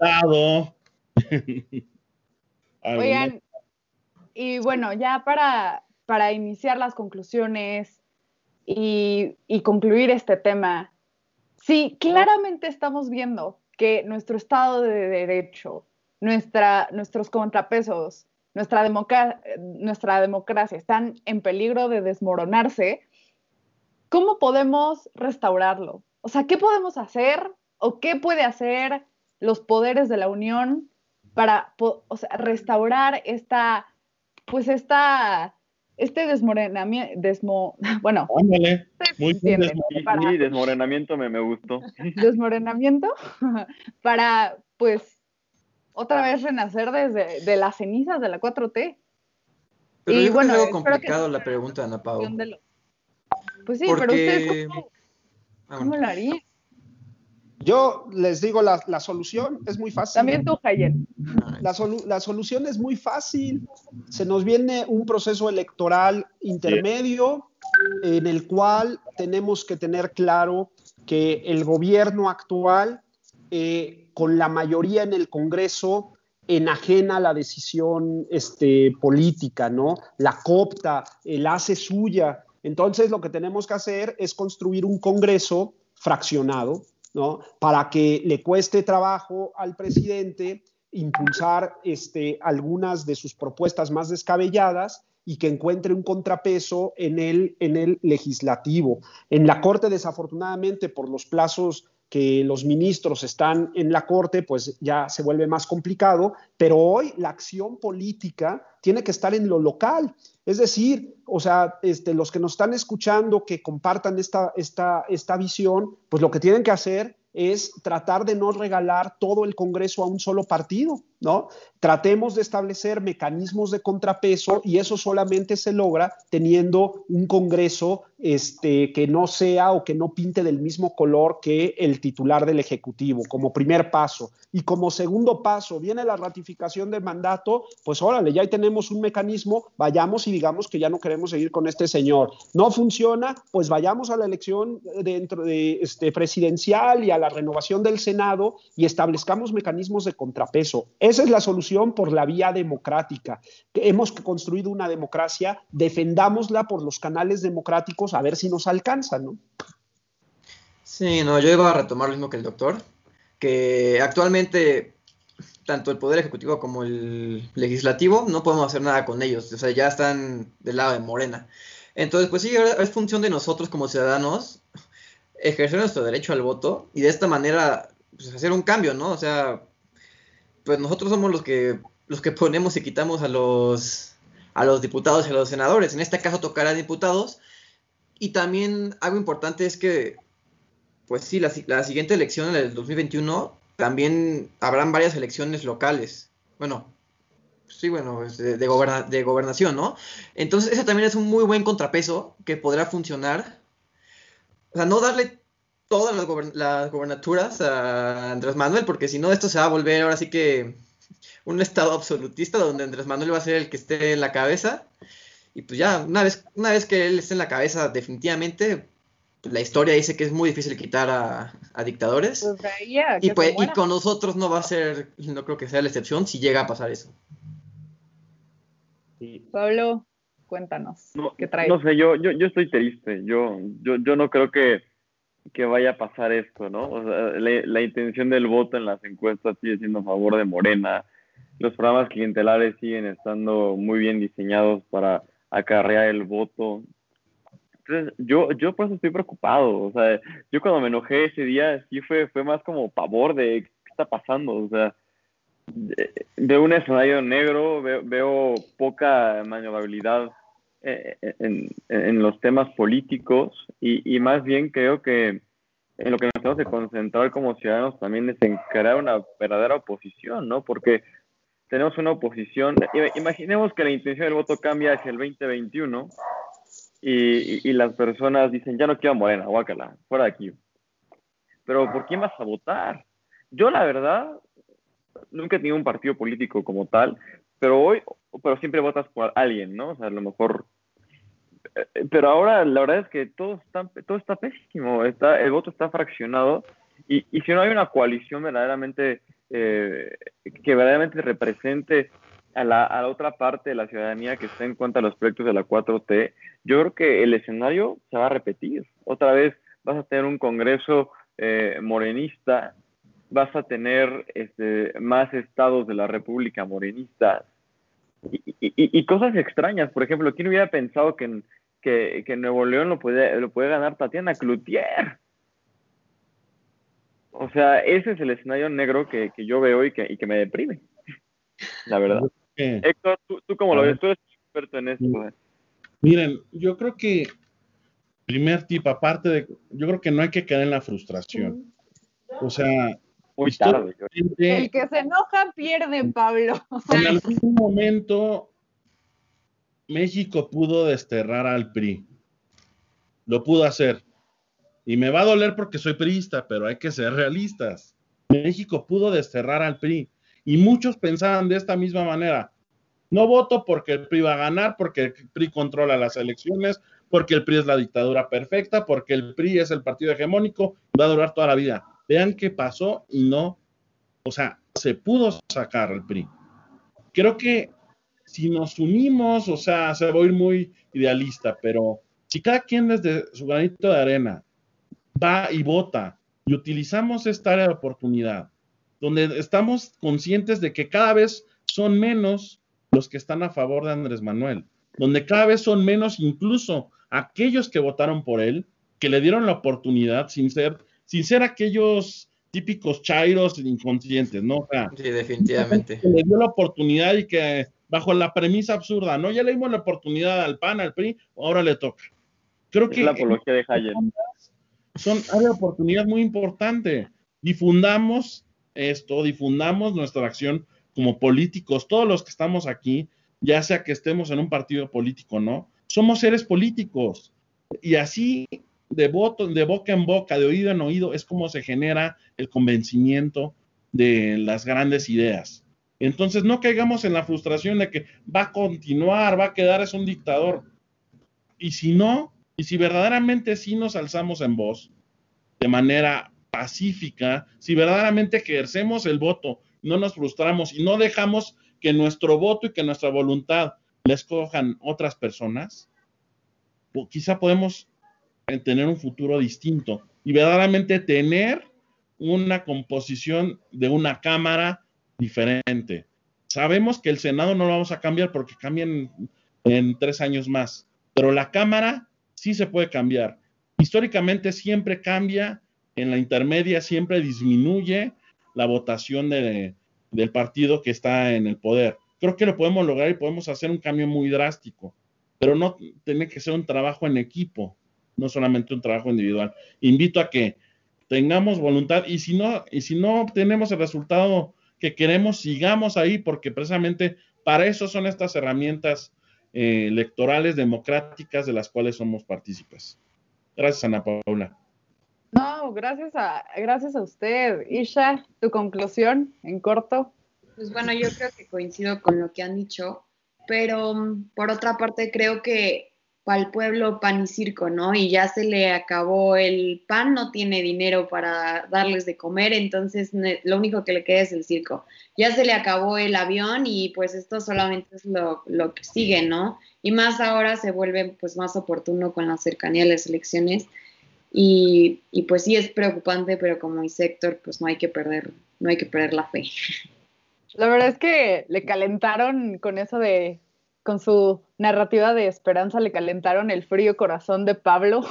S2: Oigan, y bueno, ya para, para iniciar las conclusiones, y, y concluir este tema. Sí, claramente estamos viendo que nuestro Estado de Derecho, nuestra, nuestros contrapesos, nuestra, democa- nuestra democracia están en peligro de desmoronarse. ¿Cómo podemos restaurarlo? O sea, ¿qué podemos hacer o qué puede hacer los poderes de la Unión para, o sea, restaurar esta, pues esta, este desmoronamiento, desmo, bueno,
S7: Ándale,
S2: ustedes
S7: muy bien.
S2: entienden,
S3: Sí,
S2: para
S3: sí, desmoronamiento me, me gustó.
S2: desmoronamiento, para, pues, otra vez renacer desde de las cenizas de la cuatro T.
S5: Pero
S2: Y
S5: yo creo que es
S2: bueno,
S5: algo
S2: espero que
S5: complicado la pregunta, Ana Pau.
S2: de los... Pues sí, pero ustedes,
S5: Porque...
S2: ¿cómo,
S5: ah,
S2: cómo
S5: bueno.
S2: lo harían?
S6: Yo les digo, la, la solución es muy fácil.
S2: También tú, Jayen.
S6: La, solu la, solución es muy fácil. Se nos viene un proceso electoral intermedio en el cual tenemos que tener claro que el gobierno actual, eh, con la mayoría en el Congreso, enajena la decisión este, política, ¿no? La coopta, eh, la hace suya. Entonces, lo que tenemos que hacer es construir un Congreso fraccionado, ¿no? Para que le cueste trabajo al presidente impulsar este, algunas de sus propuestas más descabelladas y que encuentre un contrapeso en el, en el legislativo. En la Corte, desafortunadamente, por los plazos que los ministros están en la Corte, pues ya se vuelve más complicado, pero hoy la acción política tiene que estar en lo local. Es decir, o sea, este, los que nos están escuchando, que compartan esta, esta, esta visión, pues lo que tienen que hacer es tratar de no regalar todo el Congreso a un solo partido, ¿no? Tratemos de establecer mecanismos de contrapeso y eso solamente se logra teniendo un Congreso este, que no sea o que no pinte del mismo color que el titular del Ejecutivo, como primer paso. Y como segundo paso, viene la ratificación del mandato, pues órale, ya ahí tenemos un mecanismo, vayamos y digamos que ya no queremos seguir con este señor. No funciona, pues vayamos a la elección dentro de este, presidencial y a la renovación del Senado y establezcamos mecanismos de contrapeso. Esa es la solución por la vía democrática. Hemos construido una democracia, defendámosla por los canales democráticos a ver si nos alcanza, ¿no?
S5: Sí, no, yo iba a retomar lo mismo que el doctor, que actualmente tanto el Poder Ejecutivo como el Legislativo no podemos hacer nada con ellos, o sea, ya están del lado de Morena. Entonces, pues sí, ahora es función de nosotros como ciudadanos ejercer nuestro derecho al voto y de esta manera pues, hacer un cambio, ¿no? O sea, pues nosotros somos los que los que ponemos y quitamos a los a los diputados y a los senadores. En este caso tocará a diputados. Y también algo importante es que, pues sí, la, la siguiente elección, en el dos mil veintiuno, también habrán varias elecciones locales. Bueno, sí, bueno, de, de, goberna, de gobernación, ¿no? Entonces, ese también es un muy buen contrapeso que podrá funcionar. O sea, no darle todas las, gobern las gobernaturas a Andrés Manuel, porque si no, esto se va a volver ahora sí que un estado absolutista donde Andrés Manuel va a ser el que esté en la cabeza. Y pues ya, una vez, una vez que él esté en la cabeza, definitivamente, pues la historia dice que es muy difícil quitar a, a dictadores.
S2: Pues de ahí a
S5: y,
S2: que
S5: pues,
S2: se
S5: y
S2: muera.
S5: con nosotros no va a ser, no creo que sea la excepción si llega a pasar eso.
S6: Sí.
S2: Pablo, cuéntanos,
S3: No,
S2: ¿qué traes?
S3: no sé, yo, yo, yo estoy triste. Yo, yo, yo no creo que, que vaya a pasar esto, ¿no? O sea, la, la intención del voto en las encuestas sigue siendo a favor de Morena. Los programas clientelares siguen estando muy bien diseñados para acarrear el voto. Entonces, yo, yo por eso estoy preocupado. O sea, yo cuando me enojé ese día, sí fue, fue más como pavor de qué está pasando. O sea, veo un escenario negro, veo, veo poca maniobrabilidad en, en, en los temas políticos y, y más bien creo que en lo que nos tenemos que concentrar como ciudadanos también es en crear una verdadera oposición, ¿no? Porque tenemos una oposición, imaginemos que la intención del voto cambia hacia el veinte veintiuno y, y, y las personas dicen, ya no quiero a Morena, guácala, fuera de aquí. Pero ¿por quién vas a votar? Yo la verdad nunca he tenido un partido político como tal, pero hoy, pero siempre votas por alguien, ¿no? O sea, a lo mejor, eh, pero ahora la verdad es que todo está, todo está pésimo, está, el voto está fraccionado y, y si no hay una coalición verdaderamente, eh, que verdaderamente represente a la, a la otra parte de la ciudadanía que está en contra de los proyectos de la cuatro T, yo creo que el escenario se va a repetir. Otra vez vas a tener un Congreso eh, morenista, vas a tener este, más estados de la República morenistas y, y, y cosas extrañas. Por ejemplo, ¿quién hubiera pensado que en, que, que en Nuevo León lo puede, lo puede ganar Tatiana Cloutier? O sea, ese es el escenario negro que, que yo veo y que, y que me deprime, la verdad.
S7: Eh,
S3: Héctor, ¿tú, tú cómo
S7: a
S3: lo
S7: ver.
S3: ves? Tú eres experto en esto.
S7: Miren, yo creo que, primer tip, aparte de, yo creo que no hay que caer en la frustración. O sea,
S3: Muy tarde. Yo.
S7: históricamente,
S2: El que se enoja pierde, Pablo.
S7: en algún momento México pudo desterrar al P R I. Lo pudo hacer. Y me va a doler porque soy priista, pero hay que ser realistas. México pudo desterrar al P R I. Y muchos pensaban de esta misma manera. No voto porque el P R I va a ganar, porque el P R I controla las elecciones, porque el P R I es la dictadura perfecta, porque el P R I es el partido hegemónico, va a durar toda la vida. Vean qué pasó y no, o sea, se pudo sacar al P R I. Creo que si nos unimos, o sea, se va a oír muy idealista, pero si cada quien desde su granito de arena va y vota y utilizamos esta área de oportunidad, donde estamos conscientes de que cada vez son menos los que están a favor de Andrés Manuel, donde cada vez son menos incluso aquellos que votaron por él, que le dieron la oportunidad sin ser, sin ser aquellos típicos chairos inconscientes, ¿no? O sea,
S5: Sí, definitivamente.
S7: que le dio la oportunidad y que bajo la premisa absurda, ¿no? Ya le dimos la oportunidad al P A N, al P R I, ahora le toca. Creo
S3: Es
S7: que
S3: la apología de Hayek.
S7: son área de oportunidad muy importante. Difundamos esto, difundamos nuestra acción como políticos, todos los que estamos aquí, ya sea que estemos en un partido político, ¿no? Somos seres políticos. Y así, de, voto, de boca en boca, de oído en oído, es como se genera el convencimiento de las grandes ideas. Entonces, no caigamos en la frustración de que va a continuar, va a quedar, es un dictador. Y si no, y si verdaderamente sí nos alzamos en voz, de manera pacífica, si verdaderamente ejercemos el voto, no nos frustramos y no dejamos que nuestro voto y que nuestra voluntad la escojan otras personas, pues quizá podemos tener un futuro distinto y verdaderamente tener una composición de una cámara diferente. Sabemos que el Senado no lo vamos a cambiar porque cambian en tres años más, pero la Cámara sí se puede cambiar. Históricamente siempre cambia, en la intermedia siempre disminuye la votación de, del partido que está en el poder. Creo que lo podemos lograr y podemos hacer un cambio muy drástico, pero no tiene que ser un trabajo en equipo, no solamente un trabajo individual. Invito a que tengamos voluntad y si no, y si no obtenemos el resultado que queremos, sigamos ahí, porque precisamente para eso son estas herramientas eh, electorales democráticas de las cuales somos partícipes. Gracias, Ana Paula.
S2: No, gracias a, gracias a usted. Isha, tu conclusión en corto.
S4: Pues bueno, yo creo que coincido con lo que han dicho, pero um, por otra parte creo que para el pueblo pan y circo, ¿no? Y ya se le acabó el pan, no tiene dinero para darles de comer, entonces lo único que le queda es el circo. Ya se le acabó el avión y pues esto solamente es lo, lo que sigue, ¿no? Y más ahora se vuelve pues más oportuno con la cercanía de las elecciones y, y pues sí es preocupante, pero como dice Héctor, pues no hay que perder, no hay que perder la fe.
S2: La verdad es que le calentaron con eso de, con su narrativa de esperanza, le calentaron el frío corazón de Pablo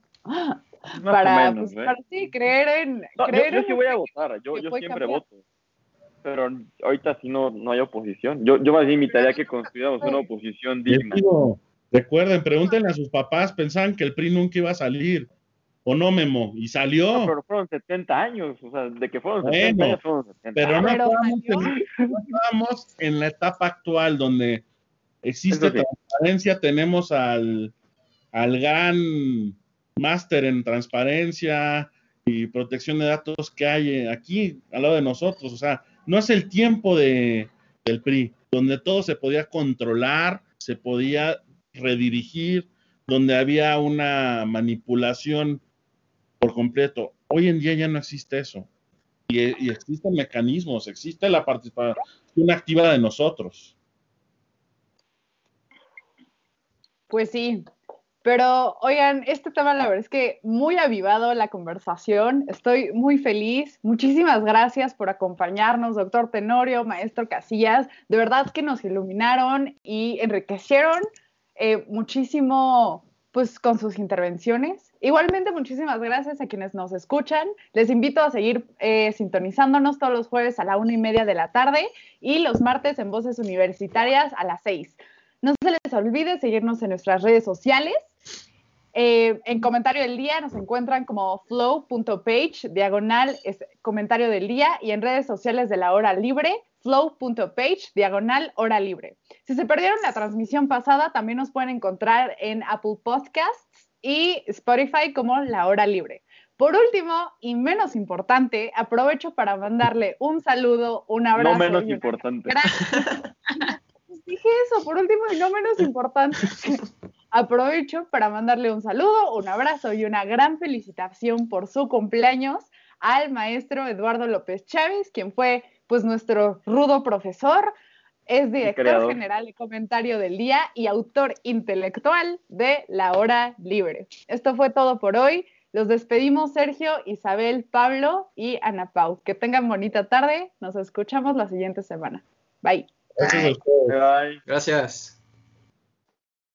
S2: para,
S3: menos,
S2: pues,
S3: ¿eh?
S2: para sí creer en...
S3: No,
S2: creer
S3: yo, yo
S2: en
S3: sí voy a votar, yo, yo siempre
S2: cambiar.
S3: voto. Pero ahorita sí no, no hay oposición. Yo, yo más bien invitaría a que construyamos una oposición digna.
S7: Digo, recuerden, pregúntenle a sus papás, pensaban que el P R I nunca iba a salir, o no, Memo, y salió.
S3: No, pero fueron setenta años, o sea, de que fueron
S7: Bueno,
S3: setenta años, fueron setenta
S7: pero no
S2: Pero
S7: estábamos,
S2: salió.
S7: en, no estábamos en la etapa actual donde existe
S3: Eso sí.
S7: transparencia, tenemos al, al gran máster en transparencia y protección de datos que hay aquí al lado de nosotros. O sea, no es el tiempo de, del P R I, donde todo se podía controlar, se podía redirigir, donde había una manipulación por completo. Hoy en día ya no existe eso. Y, y existen mecanismos, existe la participación activa de nosotros.
S2: Pues sí, pero oigan, este tema la verdad es que muy avivado la conversación, estoy muy feliz, muchísimas gracias por acompañarnos, doctor Tenorio, maestro Casillas, de verdad que nos iluminaron y enriquecieron eh, muchísimo pues con sus intervenciones. Igualmente muchísimas gracias a quienes nos escuchan, les invito a seguir eh, sintonizándonos todos los jueves a la una y media de la tarde y los martes en Voces Universitarias a las seis. No se les olvide seguirnos en nuestras redes sociales. Eh, en comentario del día nos encuentran como flow.page, diagonal es comentario del día, y en redes sociales de la hora libre, flow.page, diagonal hora libre. Si se perdieron la transmisión pasada, también nos pueden encontrar en Apple Podcasts y Spotify como la hora libre. Por último, y menos importante, aprovecho para mandarle un saludo, un abrazo.
S3: No menos
S2: y una
S3: importante.
S2: gran... Dije eso, por último y no menos importante. Aprovecho para mandarle un saludo, un abrazo y una gran felicitación por su cumpleaños al maestro Eduardo López Chávez, quien fue pues nuestro rudo profesor, es director general de Comentario del Día y autor intelectual de La Hora Libre. Esto fue todo por hoy. Los despedimos Sergio, Isabel, Pablo y Ana Pau. Que tengan bonita tarde. Nos escuchamos la siguiente semana. Bye.
S7: Gracias a ustedes.
S3: Bye.
S5: Gracias.